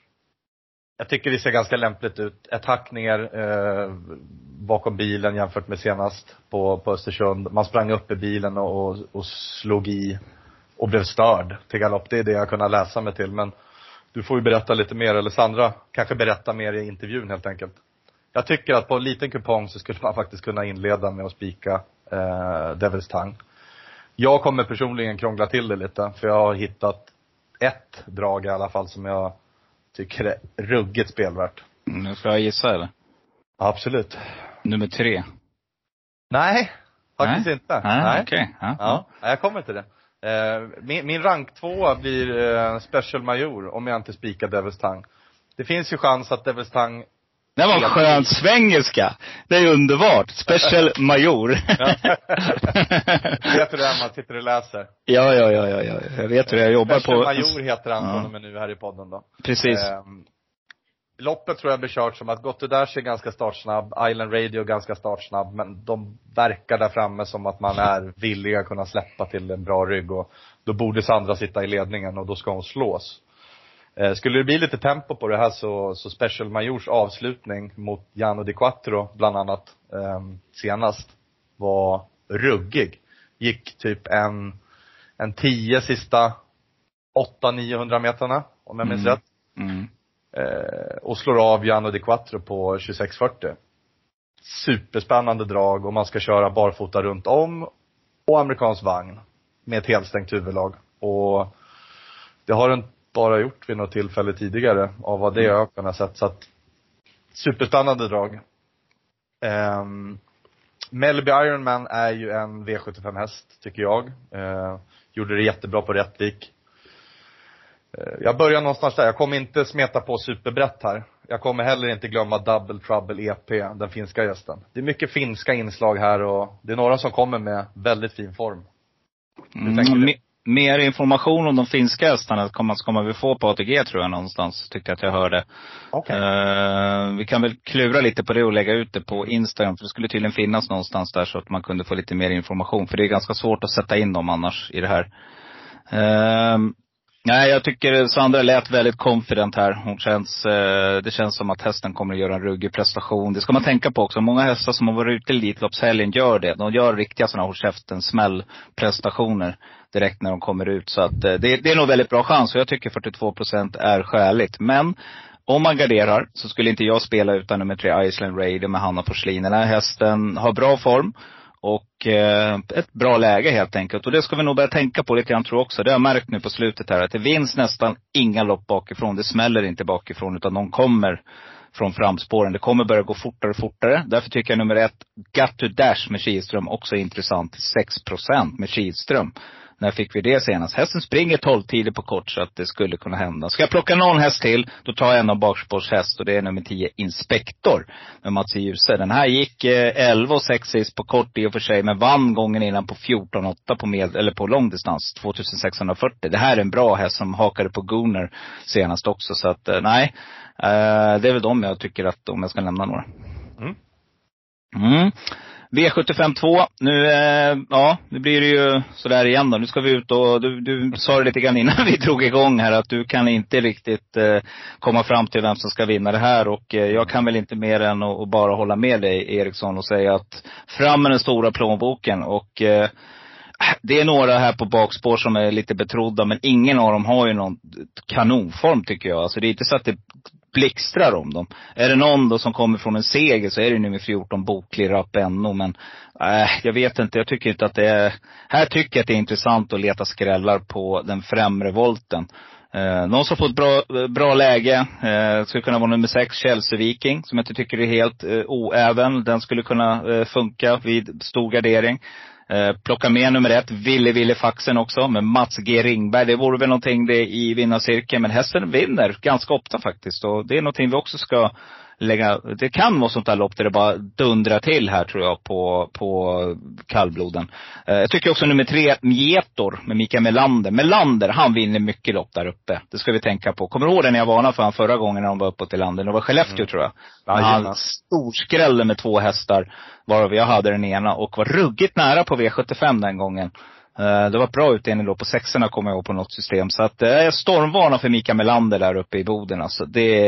[SPEAKER 3] jag tycker det ser ganska lämpligt ut. Ett hack ner bakom bilen jämfört med senast på Östersund. Man sprang upp i bilen och slog i och blev störd till galopp. Det är det jag kunnat läsa mig till. Men du får ju berätta lite mer, eller Sandra kanske berätta mer i intervjun helt enkelt. Jag tycker att på en liten kupong så skulle man faktiskt kunna inleda med att spika Devils Tang. Jag kommer personligen krångla till det lite, för jag har hittat ett drag i alla fall som jag tycker är ruggigt spelvärt.
[SPEAKER 4] Nu får jag gissa, eller?
[SPEAKER 3] Absolut.
[SPEAKER 4] Nummer 3.
[SPEAKER 3] Nej, faktiskt inte.
[SPEAKER 4] Nej. Okej.
[SPEAKER 3] Ja, jag kommer till det. Min rank 2 blir Special Major om jag inte spikar Devils Tang. Det finns ju chans att Devils Tang...
[SPEAKER 4] Det var en skön svengelska. Det är underbart. Special Major.
[SPEAKER 3] Vet du det, man sitter och läser?
[SPEAKER 4] Ja. Jag vet hur jag jobbar
[SPEAKER 3] Special
[SPEAKER 4] på.
[SPEAKER 3] Major heter han från och med nu här i podden då.
[SPEAKER 4] Precis.
[SPEAKER 3] Loppet tror jag blir kört som att Gottedash är ganska startsnabb, Island Radio ganska startsnabb, men de verkar där framme som att man är villig att kunna släppa till en bra rygg, och då borde Sandra sitta i ledningen och då ska hon slås. Skulle det bli lite tempo på det här så Special Majors avslutning mot Giano Di Quattro bland annat senast var ruggig. Gick typ en 10 sista 800-900 meterna om jag minns rätt. Och slår av Giano Di Quattro på 26:40. Superspännande drag, och man ska köra barfota runt om och amerikansk vagn med ett helstängt huvudlag. Och det har den bara gjort vid något tillfälle tidigare av vad det jag har kunnat sett. Så att, superspännande drag. Mellby Ironman är ju en V75-häst tycker jag. Gjorde det jättebra på Rättvik. Jag börjar någonstans där. Jag kommer inte smeta på superbrett här. Jag kommer heller inte glömma Double Trouble EP, den finska gästen. Det är mycket finska inslag här, och det är några som kommer med väldigt fin form.
[SPEAKER 4] Mer information om de finska hästarna kommer vi få på ATG tror jag någonstans. Tyckte att jag hörde.
[SPEAKER 3] Okay.
[SPEAKER 4] Vi kan väl klura lite på det och lägga ut det på Instagram. För det skulle tydligen finnas någonstans där så att man kunde få lite mer information. För det är ganska svårt att sätta in dem annars i det här. Nej, jag tycker Sandra lät väldigt confident här. Det känns som att hästen kommer att göra en ruggig prestation. Det ska man tänka på också. Många hästar som har varit ute i Elitloppshelgen gör det. De gör riktiga sådana hos käften smällprestationer direkt när de kommer ut. Så att det är nog väldigt bra chans. Och jag tycker 42% är skäligt. Men om man garderar så skulle inte jag spela utan nummer 3 Island Radio med Hanna Forslin. Den här hästen har bra form. Och ett bra läge helt enkelt. Och det ska vi nog börja tänka på lite grann tror jag också. Det har jag märkt nu på slutet här. Att det vinns nästan inga lopp bakifrån. Det smäller inte bakifrån. Utan de kommer från framspåren. Det kommer börja gå fortare och fortare. Därför tycker jag nummer 1 Got to Dash med Kihlström också är intressant. 6% med Kihlström. När fick vi det senast? Hästen springer 12 tider på kort så att det skulle kunna hända. Ska jag plocka någon häst till, då tar jag en av bakspårshäst och det är nummer 10 Inspektor med Mats Djuse. Den här gick 11,6 sist på kort i och för sig, men vann gången innan på 14,8 på eller på långdistans 2640. Det här är en bra häst som hakade på Gunnar senast också, så att nej, det är väl de jag tycker att om jag ska nämna några. V75 2. Nu blir det ju sådär igen då. Nu ska vi ut och du sa det lite grann innan vi drog igång här att du kan inte riktigt komma fram till vem som ska vinna det här. Och jag kan väl inte mer än att bara hålla med dig, Eriksson, och säga att fram med den stora plånboken. Och det är några här på bakspår som är lite betrodda, men ingen av dem har ju någon kanonform tycker jag. Alltså det är inte så att det blixtrar om dem. Är det någon då som kommer från en seger så är det nummer 14 Boklig Rapp NO. Men jag vet inte, jag tycker inte att det är. Här tycker jag att det är intressant att leta skrällar på den främre volten. Någon som får ett bra läge skulle kunna vara nummer 6 Chelsea Viking, som jag inte tycker är helt oäven. Den skulle kunna funka vid stor gardering. Plocka med nummer 1 Ville Faxen också med Mats G. Ringberg. Det vore väl någonting det i vinnarcirkeln. Men hästen vinner ganska ofta faktiskt. Och det är någonting vi också ska lägga. Det kan vara sånt där lopp där det bara dundrar till här tror jag på kallbloden. Jag tycker också nummer 3 Mjetor med Mikael Melander, han vinner mycket lopp där uppe. Det ska vi tänka på. Kommer du ihåg den jag varnade för han förra gången när de var uppåt i landet? Det var Skellefteå tror jag. Han storskrällde med 2 hästar, varav jag hade den ena och var ruggigt nära på V75 den gången. Det var bra utdelning då på 6:orna kommer jag ihåg på något system. Så att jag är stormvarna för Mikael Melander där uppe i Boden. Alltså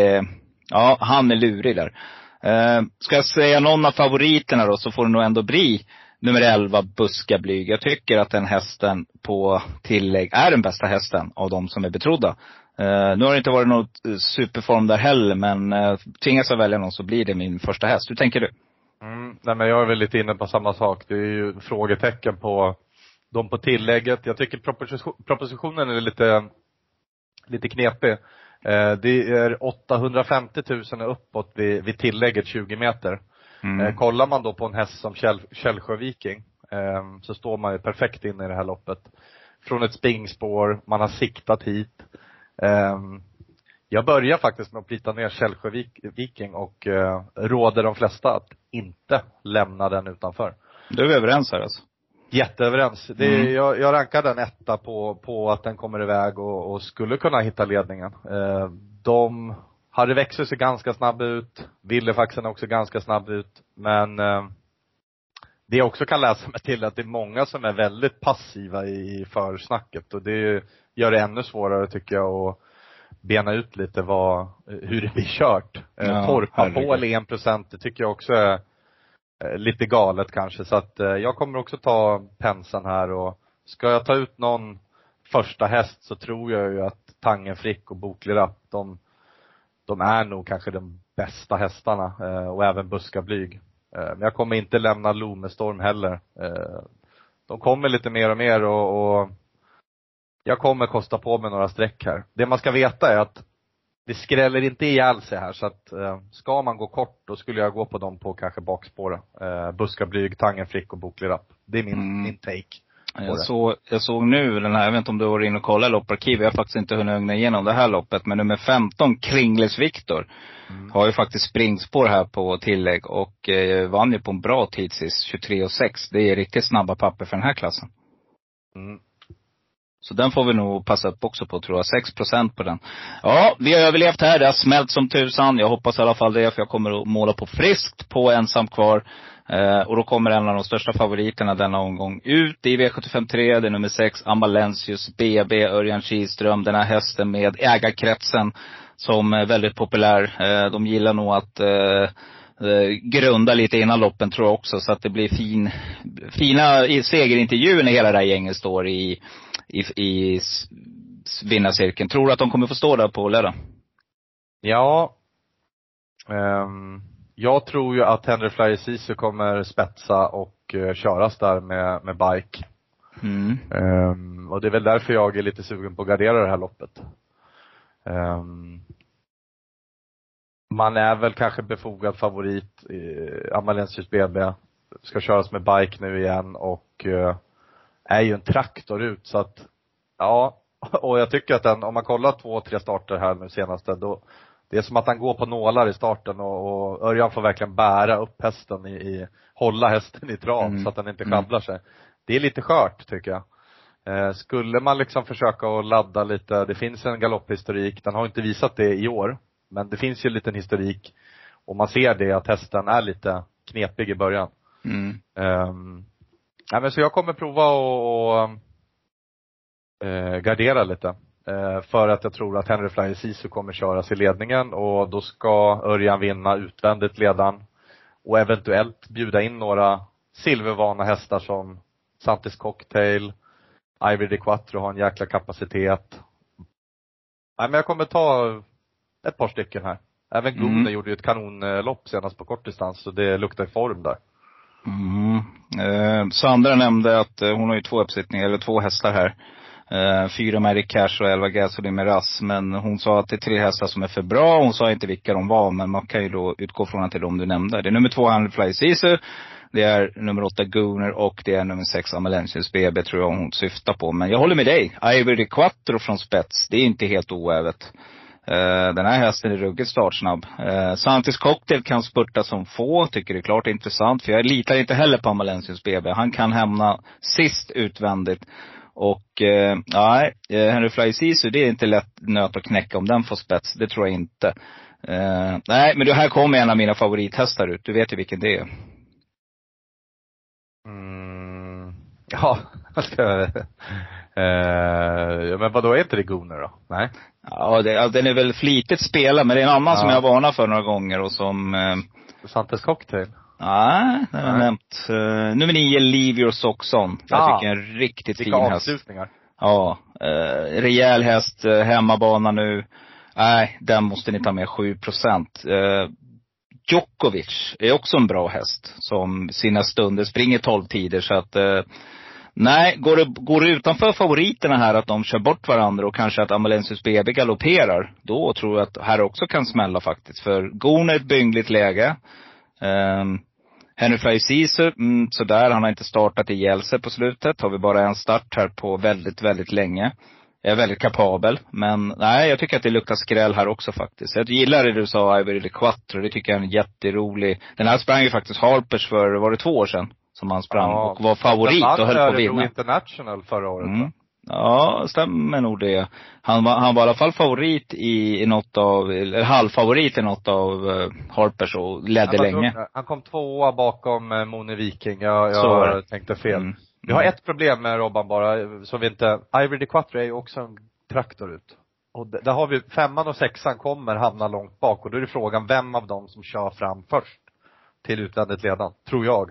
[SPEAKER 4] ja, han är lurig där. Ska jag säga någon av favoriterna då, så får det nog ändå bli nummer 11 Buska Blyg. Jag tycker att den hästen på tillägg är den bästa hästen av de som är betrodda. Nu har det inte varit något superform där heller, men tvingas jag välja någon så blir det min första häst. Hur tänker du?
[SPEAKER 3] Nej, men jag är väl lite inne på samma sak. Det är ju frågetecken på de på tillägget. Jag tycker propositionen är lite knepig. Det är 850 000 uppåt vid tillägget 20 meter. Kollar man då på en häst som Källsjö Viking så står man ju perfekt in i det här loppet. Från ett springspår, man har siktat hit. Jag börjar faktiskt med att plita ner Källsjö Viking och råder de flesta att inte lämna den utanför.
[SPEAKER 4] Du är överens här alltså?
[SPEAKER 3] Jätteöverens. Jag rankar den 1 på att den kommer iväg och skulle kunna hitta ledningen. De hade växer sig ganska snabb ut. Villefaxen också ganska snabb ut. Men det jag också kan läsa mig till att det är många som är väldigt passiva i försnacket. Och det gör det ännu svårare tycker jag att bena ut lite hur det blir kört. Torpa på eller 1%, det tycker jag också är lite galet kanske. Så att jag kommer också ta penseln här. Och ska jag ta ut någon första häst så tror jag ju att Tangen Frick och Boklig Rapp, de är nog kanske de bästa hästarna. Och även Buska Blyg. Men jag kommer inte lämna Lomestorm heller. De kommer lite mer och mer och jag kommer kosta på mig några streck här. Det man ska veta är att det skräller inte ihjäl sig här. Så att ska man gå kort, då skulle jag gå på dem på kanske bakspåra. Buska Blyg, Tangen Frick och Boklig Rapp. Det är min take.
[SPEAKER 4] Jag såg nu den här, jag vet inte om du var inne och kollade lopparkivet. Jag har faktiskt inte hunnit ögna igenom det här loppet. Men nummer 15, Kringles Viktor, har ju faktiskt springspår här på tillägg. Och vann ju på en bra tid sist, 23,6. Det är riktigt snabba papper för den här klassen. Så den får vi nog passa upp också på, tror jag. 6% på den. Ja, vi har överlevt här. Det har smält som tusan. Jag hoppas i alla fall det, för jag kommer att måla på friskt på ensam kvar. Och då kommer en av de största favoriterna denna omgång ut i V75-3. Det är nummer 6, Amalensius BB, Örjan Kihlström. Den här hästen med ägarkretsen som är väldigt populär. De gillar nog att grunda lite innan loppen, tror jag också. Så att det blir fina segerintervjuer när hela det här gänget står i vinnarcirkeln. Tror du att de kommer få stå där på lördag?
[SPEAKER 3] Ja. Jag tror ju att Henry Flyer Sisu kommer spetsa och köras där med bike. Och det är väl därför jag är lite sugen på att gardera det här loppet. Man är väl kanske befogad favorit. Amalensius BB ska köras med bike nu igen och är ju en traktor ut, så att ja, och jag tycker att om man kollar 2-3 starter här nu senaste, då det är som att han går på nålar i starten, och Örjan får verkligen bära upp hästen hålla hästen i trav så att den inte sjabblar sig. Det är lite skört, tycker jag. Skulle man liksom försöka att ladda lite, det finns en galopphistorik, den har inte visat det i år, men det finns ju en liten historik, och man ser det att hästen är lite knepig i början. Men så jag kommer prova och gardera lite, för att jag tror att Henry Flyer Sisu kommer köras i ledningen, och då ska Örjan vinna utvändigt ledan och eventuellt bjuda in några silvervana hästar som Santis Cocktail, Ivory de Quattro har en jäkla kapacitet. Men jag kommer ta ett par stycken här. Även Gunnar gjorde ju ett kanonlopp senast på kortdistans, så det luktar form där.
[SPEAKER 4] Sandra nämnde att hon har ju 2 uppsittningar, eller 2 hästar här. 4 Mary Cash och 11 Gasoline med Rass. Men hon sa att det är 3 hästar som är för bra. Hon sa inte vilka de var, men man kan ju då utgå från att det är de du nämnde. Det är nummer 2 Henry Flyer Sisu. Det är nummer 8 Gunnar, och det är nummer 6 Amalensius BB, tror jag hon syftar på. Men jag håller med dig. Ivory de Quattro från spets, det är inte helt oävet. Den här hästen är ruggigt startsnabb. Santis Cocktail kan spurta som få. Tycker det är klart intressant. För jag litar inte heller på Amalensius BB. Han kan hämna sist utvändigt. Och nej, Henry Flyer Sisu, det är inte lätt nöt att knäcka om den får spets. Det tror jag inte. Nej, men det här kommer en av mina favorithästar ut. Du vet ju vilken det är.
[SPEAKER 3] Ja, men vadå, är inte det Gunnar då? Nej.
[SPEAKER 4] Ja, den är väl flitigt spelad, men det är en annan som jag varnar för några gånger, och som
[SPEAKER 3] Santis Cocktail.
[SPEAKER 4] Nej, den har nämnt. Nummer 9, Leave Your Socks On. Jag tycker en riktigt fin häst.
[SPEAKER 3] Avslutningar.
[SPEAKER 4] Ja, rejäl häst, hemmabana nu. Nej, den måste ni ta med 7%. Djokovic är också en bra häst som sina stunder springer 12 tider, så att nej, går det utanför favoriterna här att de kör bort varandra, och kanske att Amalensius BB galopperar, då tror jag att här också kan smälla faktiskt. För Gon är ett byngligt läge. Henry Flyer Sisu, så där, han har inte startat ihjäl sig på slutet. Har vi bara en start här på väldigt, väldigt länge. Är väldigt kapabel. Men nej, jag tycker att det luktar skräll här också faktiskt. Jag gillar det du sa, Ivory de Quattro. Det tycker jag är en jätterolig. Den här sprang ju faktiskt Harpers för, var det 2 år sedan som han sprang, och var favorit och höll på att vinna.
[SPEAKER 3] International förra året.
[SPEAKER 4] Ja, stämmer nog det. Han var i alla fall favorit i något av, eller halvfavorit i något av Harpers, och ledde länge.
[SPEAKER 3] Han kom 2 bakom Moni Viking. Jag tänkte fel. Vi har ett problem med Robban bara, så vi inte, Ivory de Quattro är ju också en traktor ut. Och där har vi 5:an och 6:an kommer hamna långt bak, och då är det frågan vem av dem som kör fram först till utvändigt ledan, tror jag.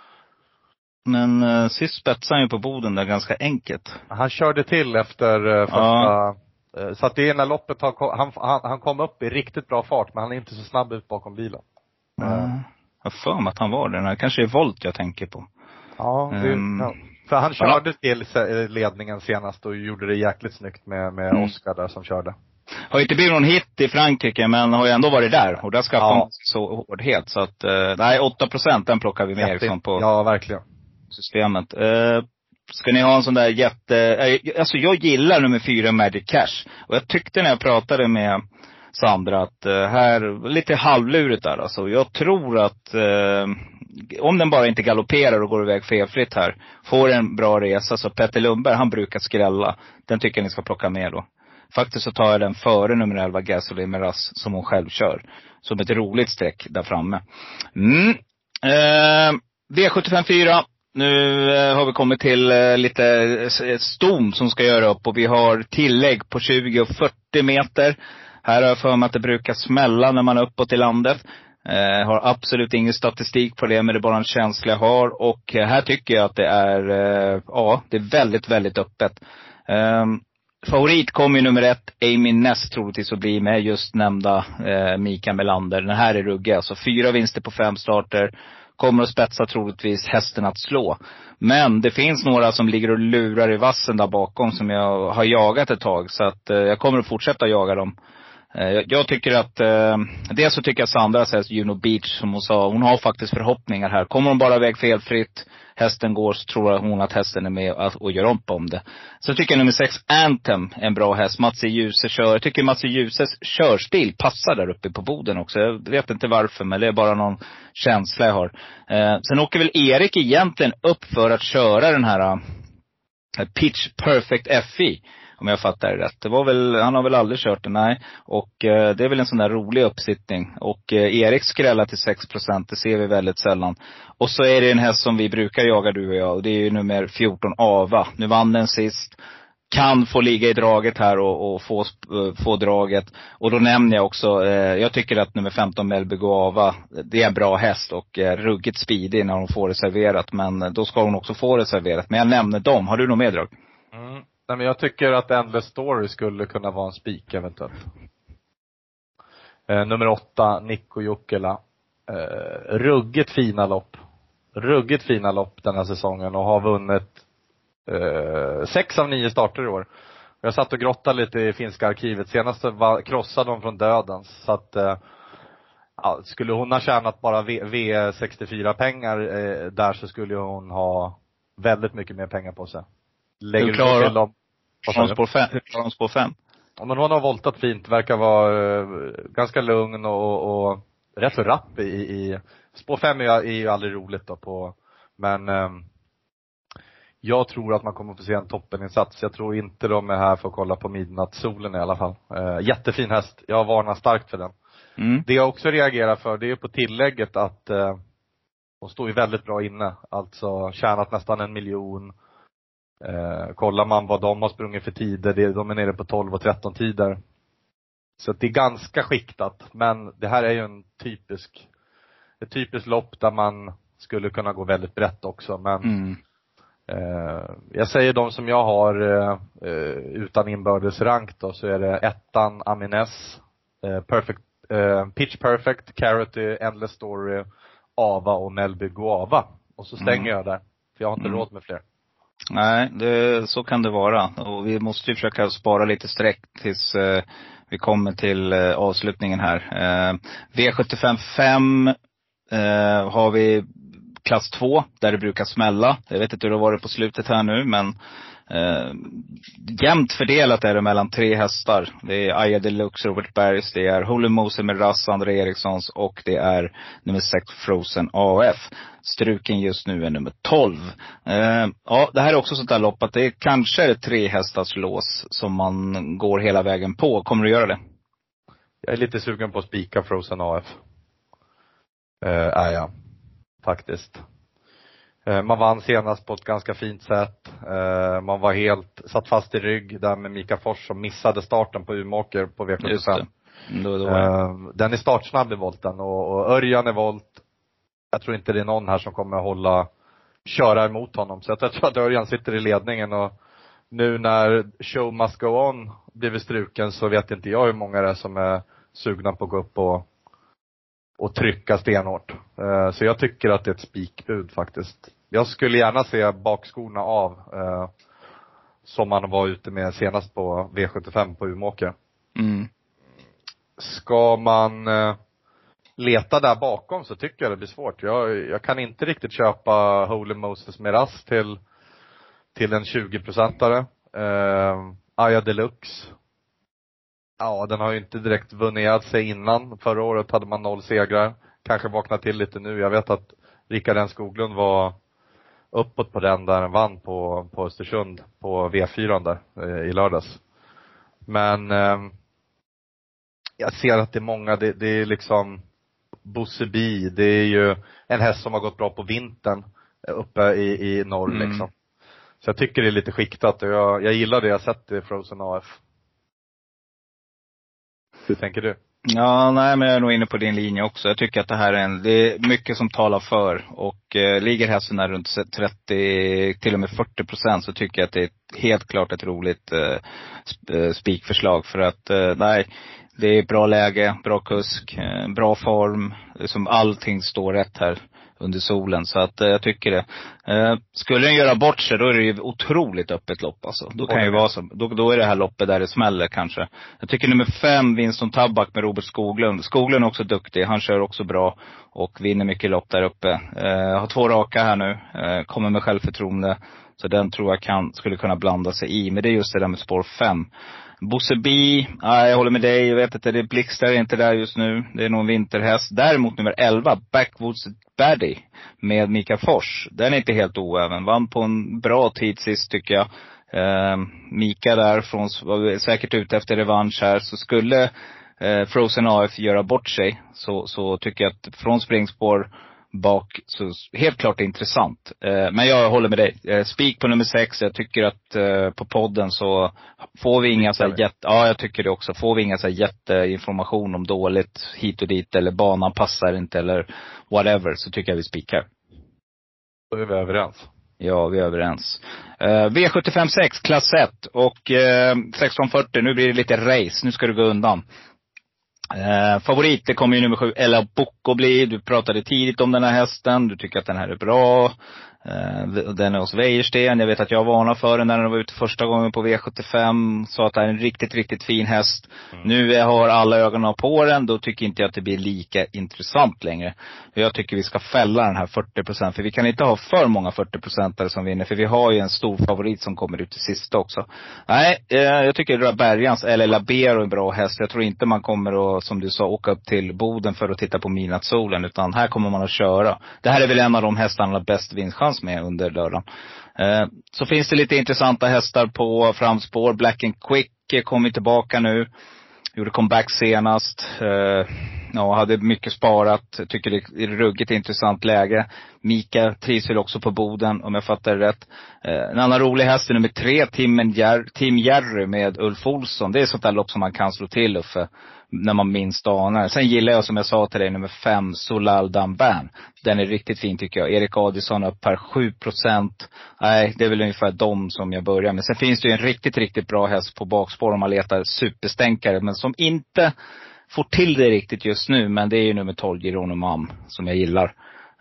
[SPEAKER 4] Men sist spetsade han ju på Boden där ganska enkelt.
[SPEAKER 3] Han körde till efter första, så att det ena loppet han kom upp i riktigt bra fart, men han är inte så snabb ut bakom bilen.
[SPEAKER 4] Jag för mig att han var det. Det kanske är Volt jag tänker på.
[SPEAKER 3] Ja, för han körde till ledningen senast och gjorde det jäkligt snyggt med Oscar där som körde.
[SPEAKER 4] Har inte blivit någon hit i Frankrike, men har ju ändå varit där. Och där ska han så hårdhet. Så att, nej, 8% den plockar vi med Eriksson på.
[SPEAKER 3] Ja, verkligen.
[SPEAKER 4] Systemet. Ska ni ha en sån där alltså jag gillar nummer 4 Magic Cash. Och jag tyckte när jag pratade med Sandra att här, lite halvlurigt där alltså. Jag tror att om den bara inte galopperar och går iväg felfritt här, får en bra resa, så Petter Lundberg, han brukar skrälla. Den tycker jag ni ska plocka med då. Faktiskt så tar jag den före nummer 11 Gasoline med Rass, som hon själv kör. Som ett roligt streck där framme. V75-4. Nu har vi kommit till lite stom som ska göra upp, och vi har tillägg på 20 och 40 meter. Här har jag för mig att det brukar smälla när man är uppåt i landet. Har absolut ingen statistik på det, men det är bara en känsla jag har. Och här tycker jag att det är, det är väldigt, väldigt öppet. Favorit kommer ju nummer 1, Amy Ness, troligtvis att bli med just nämnda Mika Melander. Den här är ruggig, alltså 4 vinster på 5 starter. Kommer att spetsa troligtvis hästen att slå. Men det finns några som ligger och lurar i vassen där bakom, som jag har jagat ett tag. Så att jag kommer att fortsätta jaga dem. Jag tycker att dels så tycker jag Sandra säger Juno Beach, som hon sa, hon har faktiskt förhoppningar här. Kommer hon bara väg felfritt, hästen går, så tror hon att hästen är med och gör om det. Så tycker jag nummer 6 Anthem är en bra häst. Mats Djuse kör. Jag tycker Mats Djuses körstil passar där uppe på Boden också. Jag vet inte varför, men det är bara någon känsla jag har. Sen åker väl Erik egentligen upp för att köra den här Pitch Perfect FI. Om jag fattar det rätt. Det var väl, han har väl aldrig kört den, nej. Och det är väl en sån där rolig uppsittning. Och Erik skrällar till 6%, det ser vi väldigt sällan. Och så är det en häst som vi brukar jaga, du och jag. Och det är ju nummer 14 Ava. Nu vann den sist. Kan få ligga i draget här och få draget. Och då nämner jag också, jag tycker att nummer 15 Melby Ava, det är en bra häst och ruggigt speedig när hon får det serverat. Men då ska hon också få det serverat. Men jag nämner dem. Har du något meddrag?
[SPEAKER 3] Nej, men jag tycker att Endless Story skulle kunna vara en spik eventuellt. Nummer 8, Nico Jokela. Ruggigt fina lopp den här säsongen och har vunnit 6 av 9 starter i år. Jag satt och grottade lite i finska arkivet. Senast krossade de från dödens. Så att skulle hon ha tjänat bara V64 pengar där, så skulle hon ha väldigt mycket mer pengar på sig.
[SPEAKER 4] Hur klarar hon spår 5?
[SPEAKER 3] Ja, men hon har voltat fint, verkar vara ganska lugn och rätt så rapp i spår 5 är ju aldrig roligt då på, men jag tror att man kommer att få se en toppeninsats. Jag tror inte de är här för att kolla på midnattssolen i alla fall. Jättefin häst, jag varnar starkt för den. Det jag också reagerar för, det är på tillägget att hon står ju väldigt bra inne, alltså tjänat nästan 1 miljon. Kollar man vad de har sprungit för tider, de är nere på 12 och 13 tider. Så det är ganska skiktat. Men det här är ju ett typiskt lopp där man skulle kunna gå väldigt brett också. Men jag säger de som jag har utan inbördesrank då, så är det 1:an Amines, Pitch Perfect, Carroty, Endless Story, Ava och Melby Guava. Och så stänger jag där, för jag har inte råd med fler.
[SPEAKER 4] Nej, så kan det vara. Och vi måste ju försöka spara lite streck tills vi kommer till avslutningen här. V75 5 har vi klass 2 där det brukar smälla. Jag vet inte hur det har varit på slutet här nu, men jämnt fördelat är det mellan 3 hästar. Det är Aya Deluxe, Robert Bergs, det är Holy Mose med Rass, André Erikssons, och det är nummer 6 Frozen AF. Struken just nu är nummer 12. Ja, det här är också sånt där lopp att det är kanske 3 hästars lås som man går hela vägen på. Kommer du göra det?
[SPEAKER 3] Jag är lite sugen på att spika Frozen AF. Ja, faktiskt. Man vann senast på ett ganska fint sätt. Man var helt satt fast i rygg där med Mika Fors som missade starten på Umeåker på V75. Den är startsnabb i volten och Örjan är volt. Jag tror inte det är någon här som kommer att köra emot honom. Så jag tror att Örjan sitter i ledningen, och nu när Show Must Go On blir struken så vet inte jag hur många det är som är sugna på att gå upp och trycka stenhårt. Så jag tycker att det är ett spikbud faktiskt. Jag skulle gärna se bakskorna av som man var ute med senast på V75 på Umeåker. Ska man leta där bakom så tycker jag det blir svårt. Jag kan inte riktigt köpa Holy Moses med Rass till en 20%are. Aya Deluxe. Ja, den har ju inte direkt vunnit sig innan. Förra året hade man 0 segrar. Kanske vaknat till lite nu. Jag vet att Rickard N. Skoglund var uppåt på den där den vann på Östersund på V4 där i lördags. Men jag ser att det är många, det är liksom Bosebi, det är ju en häst som har gått bra på vintern uppe i norr liksom. Så jag tycker det är lite skiktat och jag gillar det jag sett i Frozen AF. Hur tänker du?
[SPEAKER 4] Ja, nej, men jag är nog inne på din linje också. Jag tycker att det här det är mycket som talar för. Och ligger hästen där runt 30, till och med 40%, så tycker jag att det är helt klart ett roligt spikförslag. För att nej, det är bra läge, bra kusk, bra form. Som allting står rätt här under solen. Så att jag tycker det. Skulle den göra bort sig, då är det ju otroligt öppet lopp alltså. Då kan ju vara så. Då är det här loppet där det smäller kanske. Jag tycker nummer 5, Winston Tabak med Robert Skoglund. Skoglund är också duktig. Han kör också bra och vinner mycket lopp där uppe. Jag har 2 raka här nu. Kommer med självförtroende. Så den tror jag skulle kunna blanda sig i. Men det är just det där med spår 5. Bosse B, jag håller med dig. Jag vet att det blixtrar inte där just nu. Det är nog en vinterhäst. Däremot nummer 11, Backwoods Baddie med Mikael Fors. Den är inte helt oäven. Vann på en bra tid sist tycker jag. Mika där var säkert ute efter revansch här. Så skulle Frozen AF göra bort sig, så tycker jag att från springspår bak, så helt klart intressant. Men jag håller med dig. Spik på nummer 6. Jag tycker att på podden så får vi inga så här ja, jag tycker det också. Får vi inga så här jätteinformation om dåligt hit och dit, eller banan passar inte eller whatever, så tycker jag vi spikar.
[SPEAKER 3] Då är vi överens.
[SPEAKER 4] Ja, vi är överens. V75 6, klass 1 och 1640. Nu blir det lite race. Nu ska du gå undan. Favorit, det kommer ju nummer 7 Ella Bocco bli. Du pratade tidigt om den här hästen. Du tycker att den här är bra. Den är hos Wäjersten. Jag vet att jag varnade för den när den var ute första gången på V75. Sa att det är en riktigt, riktigt fin häst. Nu har alla ögonen på den. Då tycker inte jag att det blir lika intressant längre. Jag tycker vi ska fälla den här 40%. För vi kan inte ha för många 40% som vinner. För vi har ju en stor favorit som kommer ut till sista också. Nej, jag tycker att Bergans eller Labero är en bra häst. Jag tror inte man kommer att, som du sa, åka upp till Boden för att titta på midnattssolen. Utan här kommer man att köra. Det här är väl en av de hästarna bäst vinstchans med under lördagen. Så finns det lite intressanta hästar på framspår. Black and Quick kommer tillbaka nu. Gjorde comeback senast. Hade mycket sparat. Tycker det är ett ruggigt intressant läge. Mika trivs väl också på Boden, om jag fattar det rätt. En annan rolig häst är nummer 3, Team Jerry med Ulf Olsson. Det är sånt där lopp som man kan slå till Uffe, när man minst anar. Sen gillar jag, som jag sa till dig, nummer 5, Solal Damban. Den är riktigt fin tycker jag. Erik Adielsson upp per 7%. Nej, det är väl ungefär de som jag börjar med. Sen finns det ju en riktigt, riktigt bra häst på bakspår om man letar superstänkare. Men som inte får till det riktigt just nu. Men det är ju nummer 12, Geronimo som jag gillar.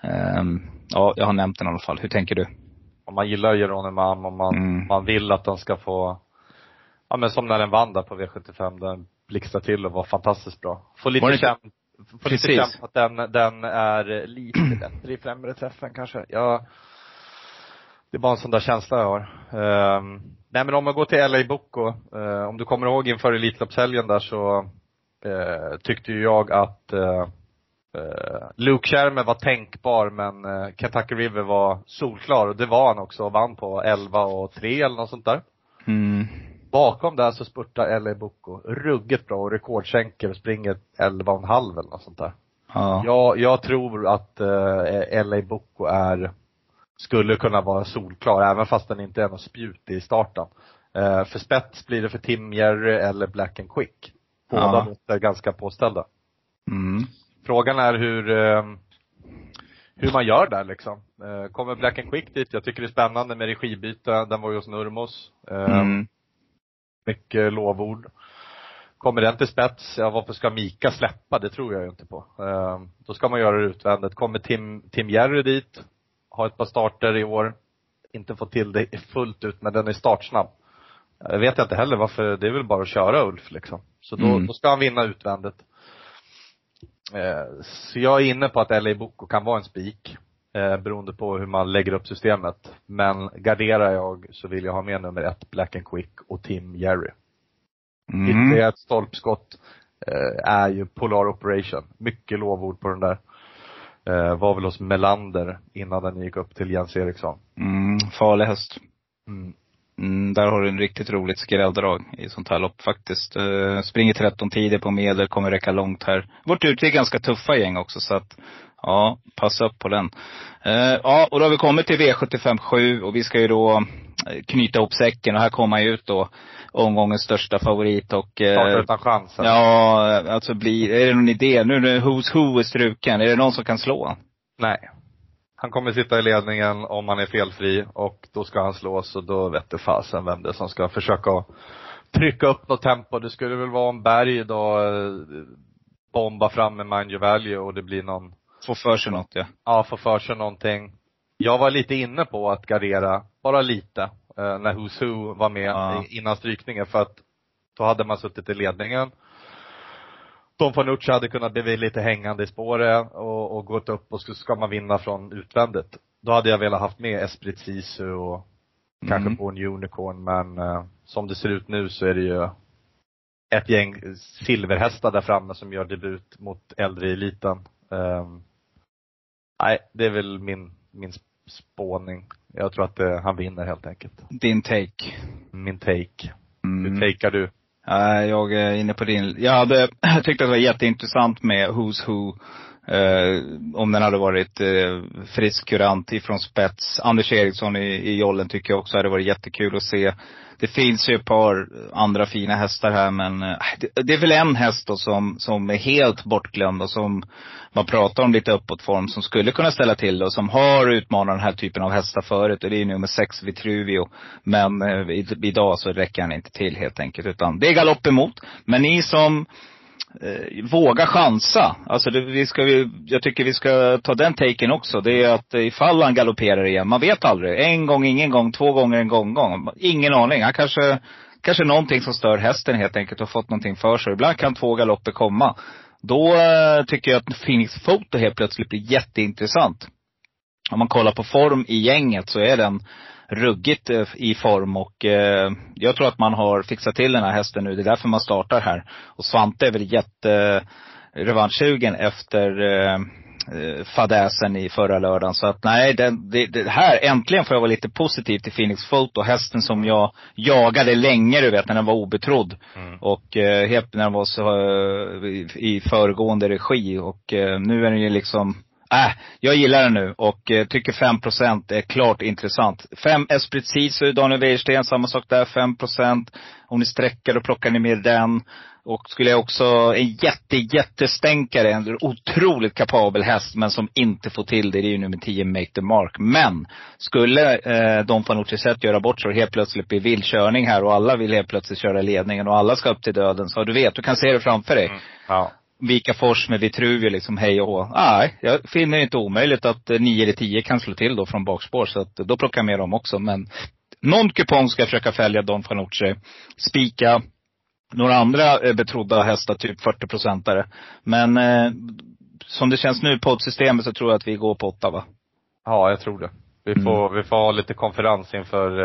[SPEAKER 4] Ja, jag har nämnt den i alla fall. Hur tänker du?
[SPEAKER 3] Om man gillar Geronimo och man vill att den ska få, ja men som när den vann där på V75, den blixtra till och var fantastiskt bra. Får lite kämpa att den är lite bättre i främre träffen kanske. Ja, det är bara en sån där känsla jag har. Nej, men om man går till Ella Bocco, om du kommer ihåg inför Elitloppshelgen där, så tyckte ju jag att Luke Schermer var tänkbar, men Kentucky River var solklar, och det var han också, och vann på 11,3 eller något sånt där. Bakom där så spurtar Ella Bocco ruggigt bra och rekordskänker och springer 11,5 eller något sånt där. Jag tror att Ella Bocco skulle kunna vara solklar, även fast den inte är något spjut i starten. För spets blir det för Team Jerry eller Black and Quick. Båda är ganska påställda. Frågan är hur man gör där liksom. Kommer Black and Quick dit? Jag tycker det är spännande med regibyte. Den var ju hos Nurmos. Mycket lovord. Kommer den till spets? Ja, varför ska Mika släppa? Det tror jag ju inte på. Då ska man göra det utvändigt. Kommer Team Jerry dit? Har ett par starter i år. Inte fått till det fullt ut, men den är startsnabb. Jag vet inte heller varför. Det är väl bara att köra Ulf liksom. Så då ska han vinna utvändigt. Så jag är inne på att Ella Bocco kan vara en spik. Beroende på hur man lägger upp systemet. Men garderar jag så vill jag ha med nummer 1 Black and Quick och Team Jerry. Inte ett stolpskott är ju Polar Operation. Mycket lovord på den där. Var väl hos Melander innan den gick upp till Jens Eriksson.
[SPEAKER 4] Farlig häst. Där har du en riktigt roligt skrälldrag i sånt här lopp faktiskt. Springer 13 tider på medel, kommer räcka långt här. Vårt ute är ganska tuffa gäng också, så att ja, passa upp på den. Ja, och då har vi kommit till V75-7 och vi ska ju då knyta ihop säcken, och här kommer ju ut då omgångens största favorit och
[SPEAKER 3] utan chansen.
[SPEAKER 4] Ja, alltså är det någon idé nu när Who's Who är struken? Är det någon som kan slå?
[SPEAKER 3] Nej. Han kommer sitta i ledningen om han är felfri, och då ska han slås, och då vet du fasen vem det är som ska försöka trycka upp något tempo. Det skulle väl vara en Berg då bomba fram med Mind Your Value, och det blir någon
[SPEAKER 4] Få för sig något, ja.
[SPEAKER 3] Ja, få för sig någonting. Jag var lite inne på att gardera, bara lite, när Who's Who var med innan strykningen, för att då hade man suttit i ledningen. Don Fanucci hade kunnat bli lite hängande i spåret och gått upp, och ska man vinna från utvändigt. Då hade jag velat haft med Esprit Sisu och kanske på en Unicorn, men som det ser ut nu så är det ju ett gäng silverhästar där framme som gör debut mot äldre eliten. Nej, det är väl min spåning. Jag tror att han vinner helt enkelt.
[SPEAKER 4] Din take?
[SPEAKER 3] Min take. Hur takear du?
[SPEAKER 4] Jag är inne på din. Jag tyckte att det var jätteintressant med Who's Who. Om den hade varit frisk kurant ifrån spets. Anders Eriksson i jollen tycker jag också hade varit jättekul att se. Det finns ju ett par andra fina hästar här, men det är väl en häst då som är helt bortglömd och som man pratar om lite uppåtform, som skulle kunna ställa till det och som har utmanat den här typen av hästar förut, och det är nummer 6 Vitruvio. Men idag så räcker han inte till helt enkelt, utan det är galopp emot. Men ni som våga chansa. Alltså jag tycker vi ska ta den taken också. Det är att ifall han galopperar igen, man vet aldrig. En gång, ingen gång, 2 gånger, en gång. Ingen aning. Han kanske någonting som stör hästen helt enkelt och fått någonting för sig. Ibland kan 2 galopper komma. Då tycker jag att Phoenix Photo helt plötsligt blir jätteintressant. Om man kollar på form i gänget så är den ruggigt i form, och jag tror att man har fixat till den här hästen nu. Det är därför man startar här. Och Svante är väl revanschsugen efter fadäsen i förra lördagen. Så att nej, det här äntligen får jag vara lite positiv till Phoenix Photo, hästen som jag jagade länge, du vet, när den var obetrodd. Och helt när den var så i föregående regi, och nu är den ju liksom jag gillar den nu och tycker 5% är klart intressant. 5 Esprit Sisu, Daniel Wäjersten, samma sak där, 5%. Om ni sträcker och plockar ni med den. Och skulle jag också, en jättestänkare, en otroligt kapabel häst, men som inte får till det är ju nummer 10 Make the Mark. Men skulle Don Fanucci sett göra bort så helt plötsligt blir vildkörning här, och alla vill helt plötsligt köra ledningen och alla ska upp till döden. Så du kan se det framför dig.
[SPEAKER 3] Ja.
[SPEAKER 4] Vikafors med Vitruvio liksom, hej och hå. Nej, jag finner inte omöjligt att 9 eller 10 kan slå till då från bakspår. Så att då plockar jag med dem också. Men någon kupong ska jag försöka följa Don Fanucci. Spika några andra betrodda hästar, typ 40%. Men som det känns nu på poddsystemet så tror jag att vi går på 8, va?
[SPEAKER 3] Ja, jag tror det. Vi får ha lite konferens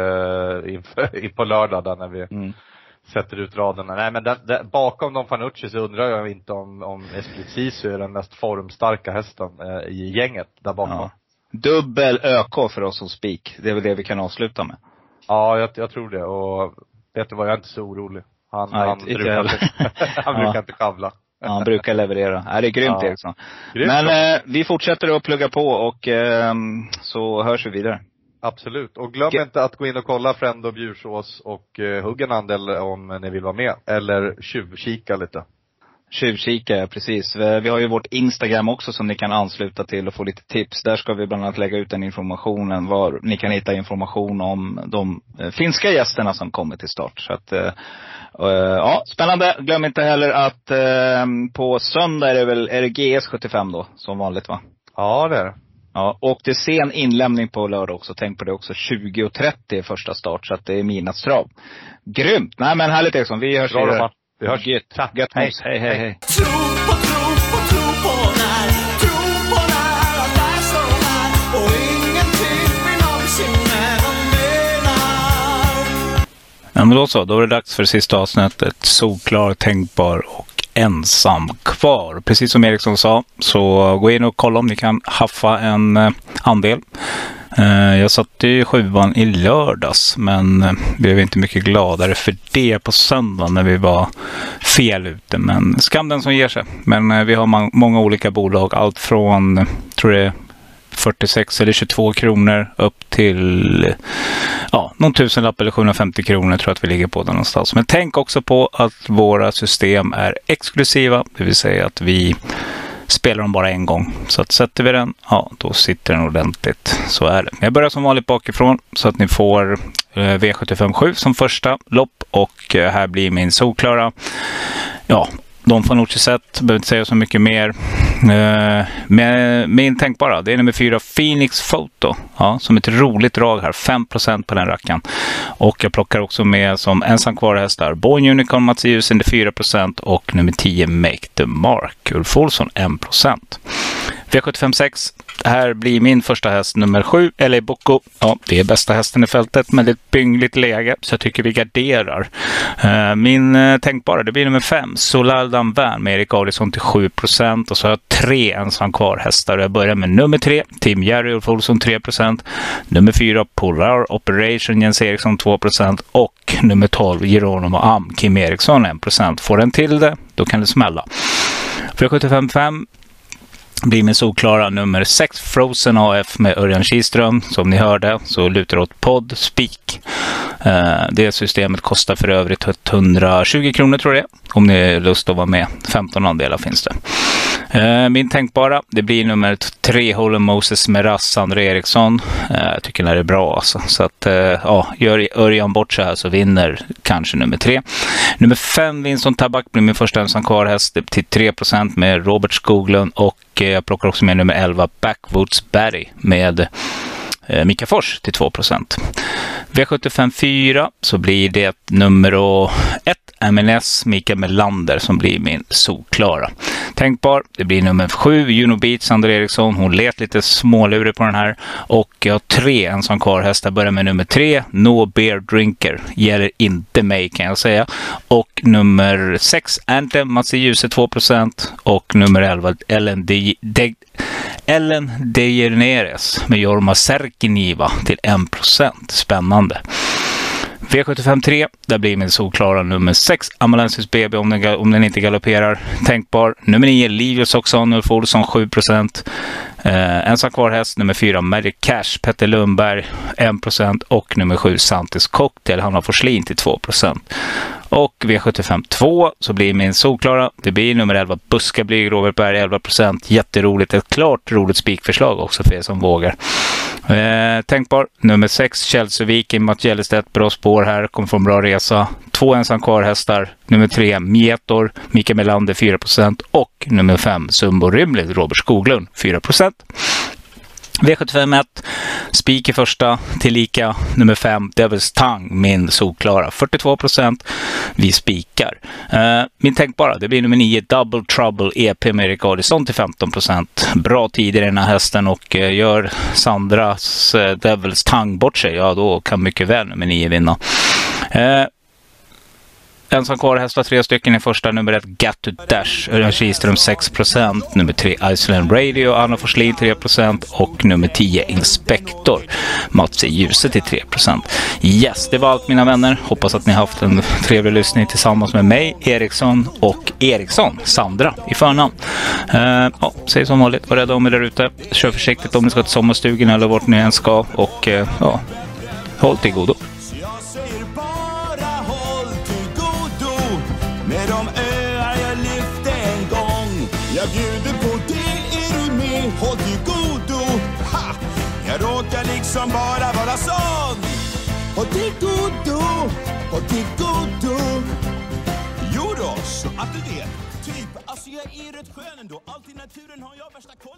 [SPEAKER 3] inför på lördag där när vi sätter ut raderna. Nej, men bakom Don Fanucci så undrar jag inte om Esprit Sisu är den mest formstarka hästen i gänget där bakom. Ja.
[SPEAKER 4] Dubbel ÖK för oss som spik. Det är väl det vi kan avsluta med.
[SPEAKER 3] Ja, jag tror det. Och vet du vad, jag är inte så orolig. Han brukar inte kavla.
[SPEAKER 4] Ja, han brukar leverera. Det är grymt, Eriksson. Men vi fortsätter att plugga på och så hörs vi vidare.
[SPEAKER 3] Absolut. Och glöm inte att gå in och kolla Frendo Bjursås och Huggenandel om ni vill vara med. Eller tjuvkika lite.
[SPEAKER 4] Tjuvkika, precis. Vi har ju vårt Instagram också som ni kan ansluta till och få lite tips. Där ska vi bland annat lägga ut den informationen, var ni kan hitta information om de finska gästerna som kommer till start. Så att, ja, spännande. Glöm inte heller att på söndag är det GS75 då, som vanligt, va?
[SPEAKER 3] Ja, det är det.
[SPEAKER 4] Ja, och det är sen inlämning på lördag också. Tänk på det också. 20:30 är första start, så att det är midnattstrav. Grymt. Nej, men härligt, Eriksson. Vi hörs vidare.
[SPEAKER 3] Vi hörs.
[SPEAKER 4] Gött. Hej.
[SPEAKER 5] Tro på när att det är så här, och ingenting blir någonsin med de menar.
[SPEAKER 4] Ja, men då är det dags för det sista avsnittet. Solklar, tänkbar och ensam kvar. Precis som Eriksson sa, så gå in och kolla om ni kan haffa en andel. Jag satt i 7:an i lördags, men blev inte mycket gladare för det på söndag när vi var fel ute. Men skam den som ger sig. Men vi har många olika bolag, allt från, tror det är 46 eller 22 kronor upp till någon tusenlapp eller 750 kronor tror jag att vi ligger på där någonstans. Men tänk också på att våra system är exklusiva, det vill säga att vi spelar dem bara en gång. Så att sätter vi den, då sitter den ordentligt. Så är det. Jag börjar som vanligt bakifrån så att ni får V75-7 som första lopp, och här blir min solklara. Don Fanucci sett, behöver inte säga så mycket mer. Min tänkbara, det är nummer 4 Phoenix Photo. Ja, som ett roligt drag här, 5% på den rackaren. Och jag plockar också med som ensam kvar hästar Born Unicorn, Mats i Ljusen, 4% och nummer 10 Make the Mark, Ulf Olsson, 1%. V75-6, här blir min första häst nummer 7, LA Bocco. Ja, det är bästa hästen i fältet med ett byngligt läge, så jag tycker vi garderar. Min tänkbara, det blir nummer 5, Solaldan Van med Erik Adielsson till 7%. Och så har jag 3 ensam kvar hästar. Jag börjar med nummer 3, Team Jerry, Ulf Olsson, 3%. Nummer 4, Polar Operation, Jens Eriksson, 2%. Och nummer 12, Geronimo Am, Kim Eriksson, 1%. Får den till det, då kan det smälla. V75-5 blir min solklara nummer 6 Frozen AF med Örjan Kihlström. Som ni hörde så lutar åt podd Speak. Det systemet kostar för övrigt 120 kronor tror jag. Om ni har lust att vara med. 15 andelar finns det. Min tänkbara, det blir nummer 3 Holland Moses med André Eriksson. Jag tycker den är bra alltså. Så att gör Örjan bort så här så vinner kanske nummer 3. Nummer 5 Winston Tabak blir min första ensam kvar häst till 3% med Robert Skoglund. Och jag plockar också med nummer 11 Backwoods Barry med Mika Fors till 2%. V75-4 så blir det nummer 1 MNS Mikael Melander som blir min solklara. Tänkbar, det blir nummer 7 Juno Beats André Eriksson. Hon let lite smålurig på den här. Och jag har 3 ensam kvar hästar. Börjar med nummer 3 No Beer Drinker. Gäller inte mig kan jag säga. Och nummer 6 Anthem Mats i Ljuset 2%. Och nummer 11 Ellen DeGeneres med Jorma Serkiniva till 1%. Spännande. V75-3, där blir min solklara nummer 6 Amalensis BB om den inte galopperar. Tänkbar. Nummer 9 Livius Oxon Ulf Olsson 7%. Ensam kvar häst nummer 4 Magic Cash Petter Lundberg 1%. Och nummer 7 Santis Cocktail Hanna Forslin till 2%. Och V75-2 så blir min solklara, det blir nummer 11 Buskablyg Robert Berg 11%. Jätteroligt, ett klart roligt spikförslag också för er som vågar. Tänkbar, nummer 6 Kjellsöviken Mats Gällestedt, bra spår här, kommer få en bra resa. 2 ensam kvar hästar, nummer 3 Mietor Mikael Melander 4% och nummer 5 Sumbo Rymlig Robert Skoglund 4%. V75-1, spik i första, tillika nummer 5, Devil's Tongue, min solklara, 42%, vi spikar. Min tänkbara, det blir nummer 9, Double Trouble EP med Erik Adielsson till 15%. Bra tid i den här hästen och gör Sandras Devil's Tongue bort sig, ja då kan mycket väl nummer 9 vinna. Ensam kvar hästar 3 stycken i första, nummer 1 Got to Dash, Örjan Kihlström 6%, nummer 3 Iceland Radio, Anna Forslin 3% och nummer 10 Inspektor, Mats i Ljuset till 3%. Yes, det var allt mina vänner. Hoppas att ni har haft en trevlig lyssning tillsammans med mig, Eriksson och Eriksson, Sandra i förnamn. Säg som vanligt, var rädda om er där ute. Kör försiktigt om ni ska till sommarstugan eller vart ni än ska och håll till godo.
[SPEAKER 5] Med de öar jag lyfte en gång. Jag bjuder på det, är du med? Håll till godo. Ha! Jag råkar liksom bara vara sån. Håll till godo, håll till godo. Jo då, så att du vet. Typ, alltså jag är rätt skön ändå. Allt i naturen har jag värsta koll.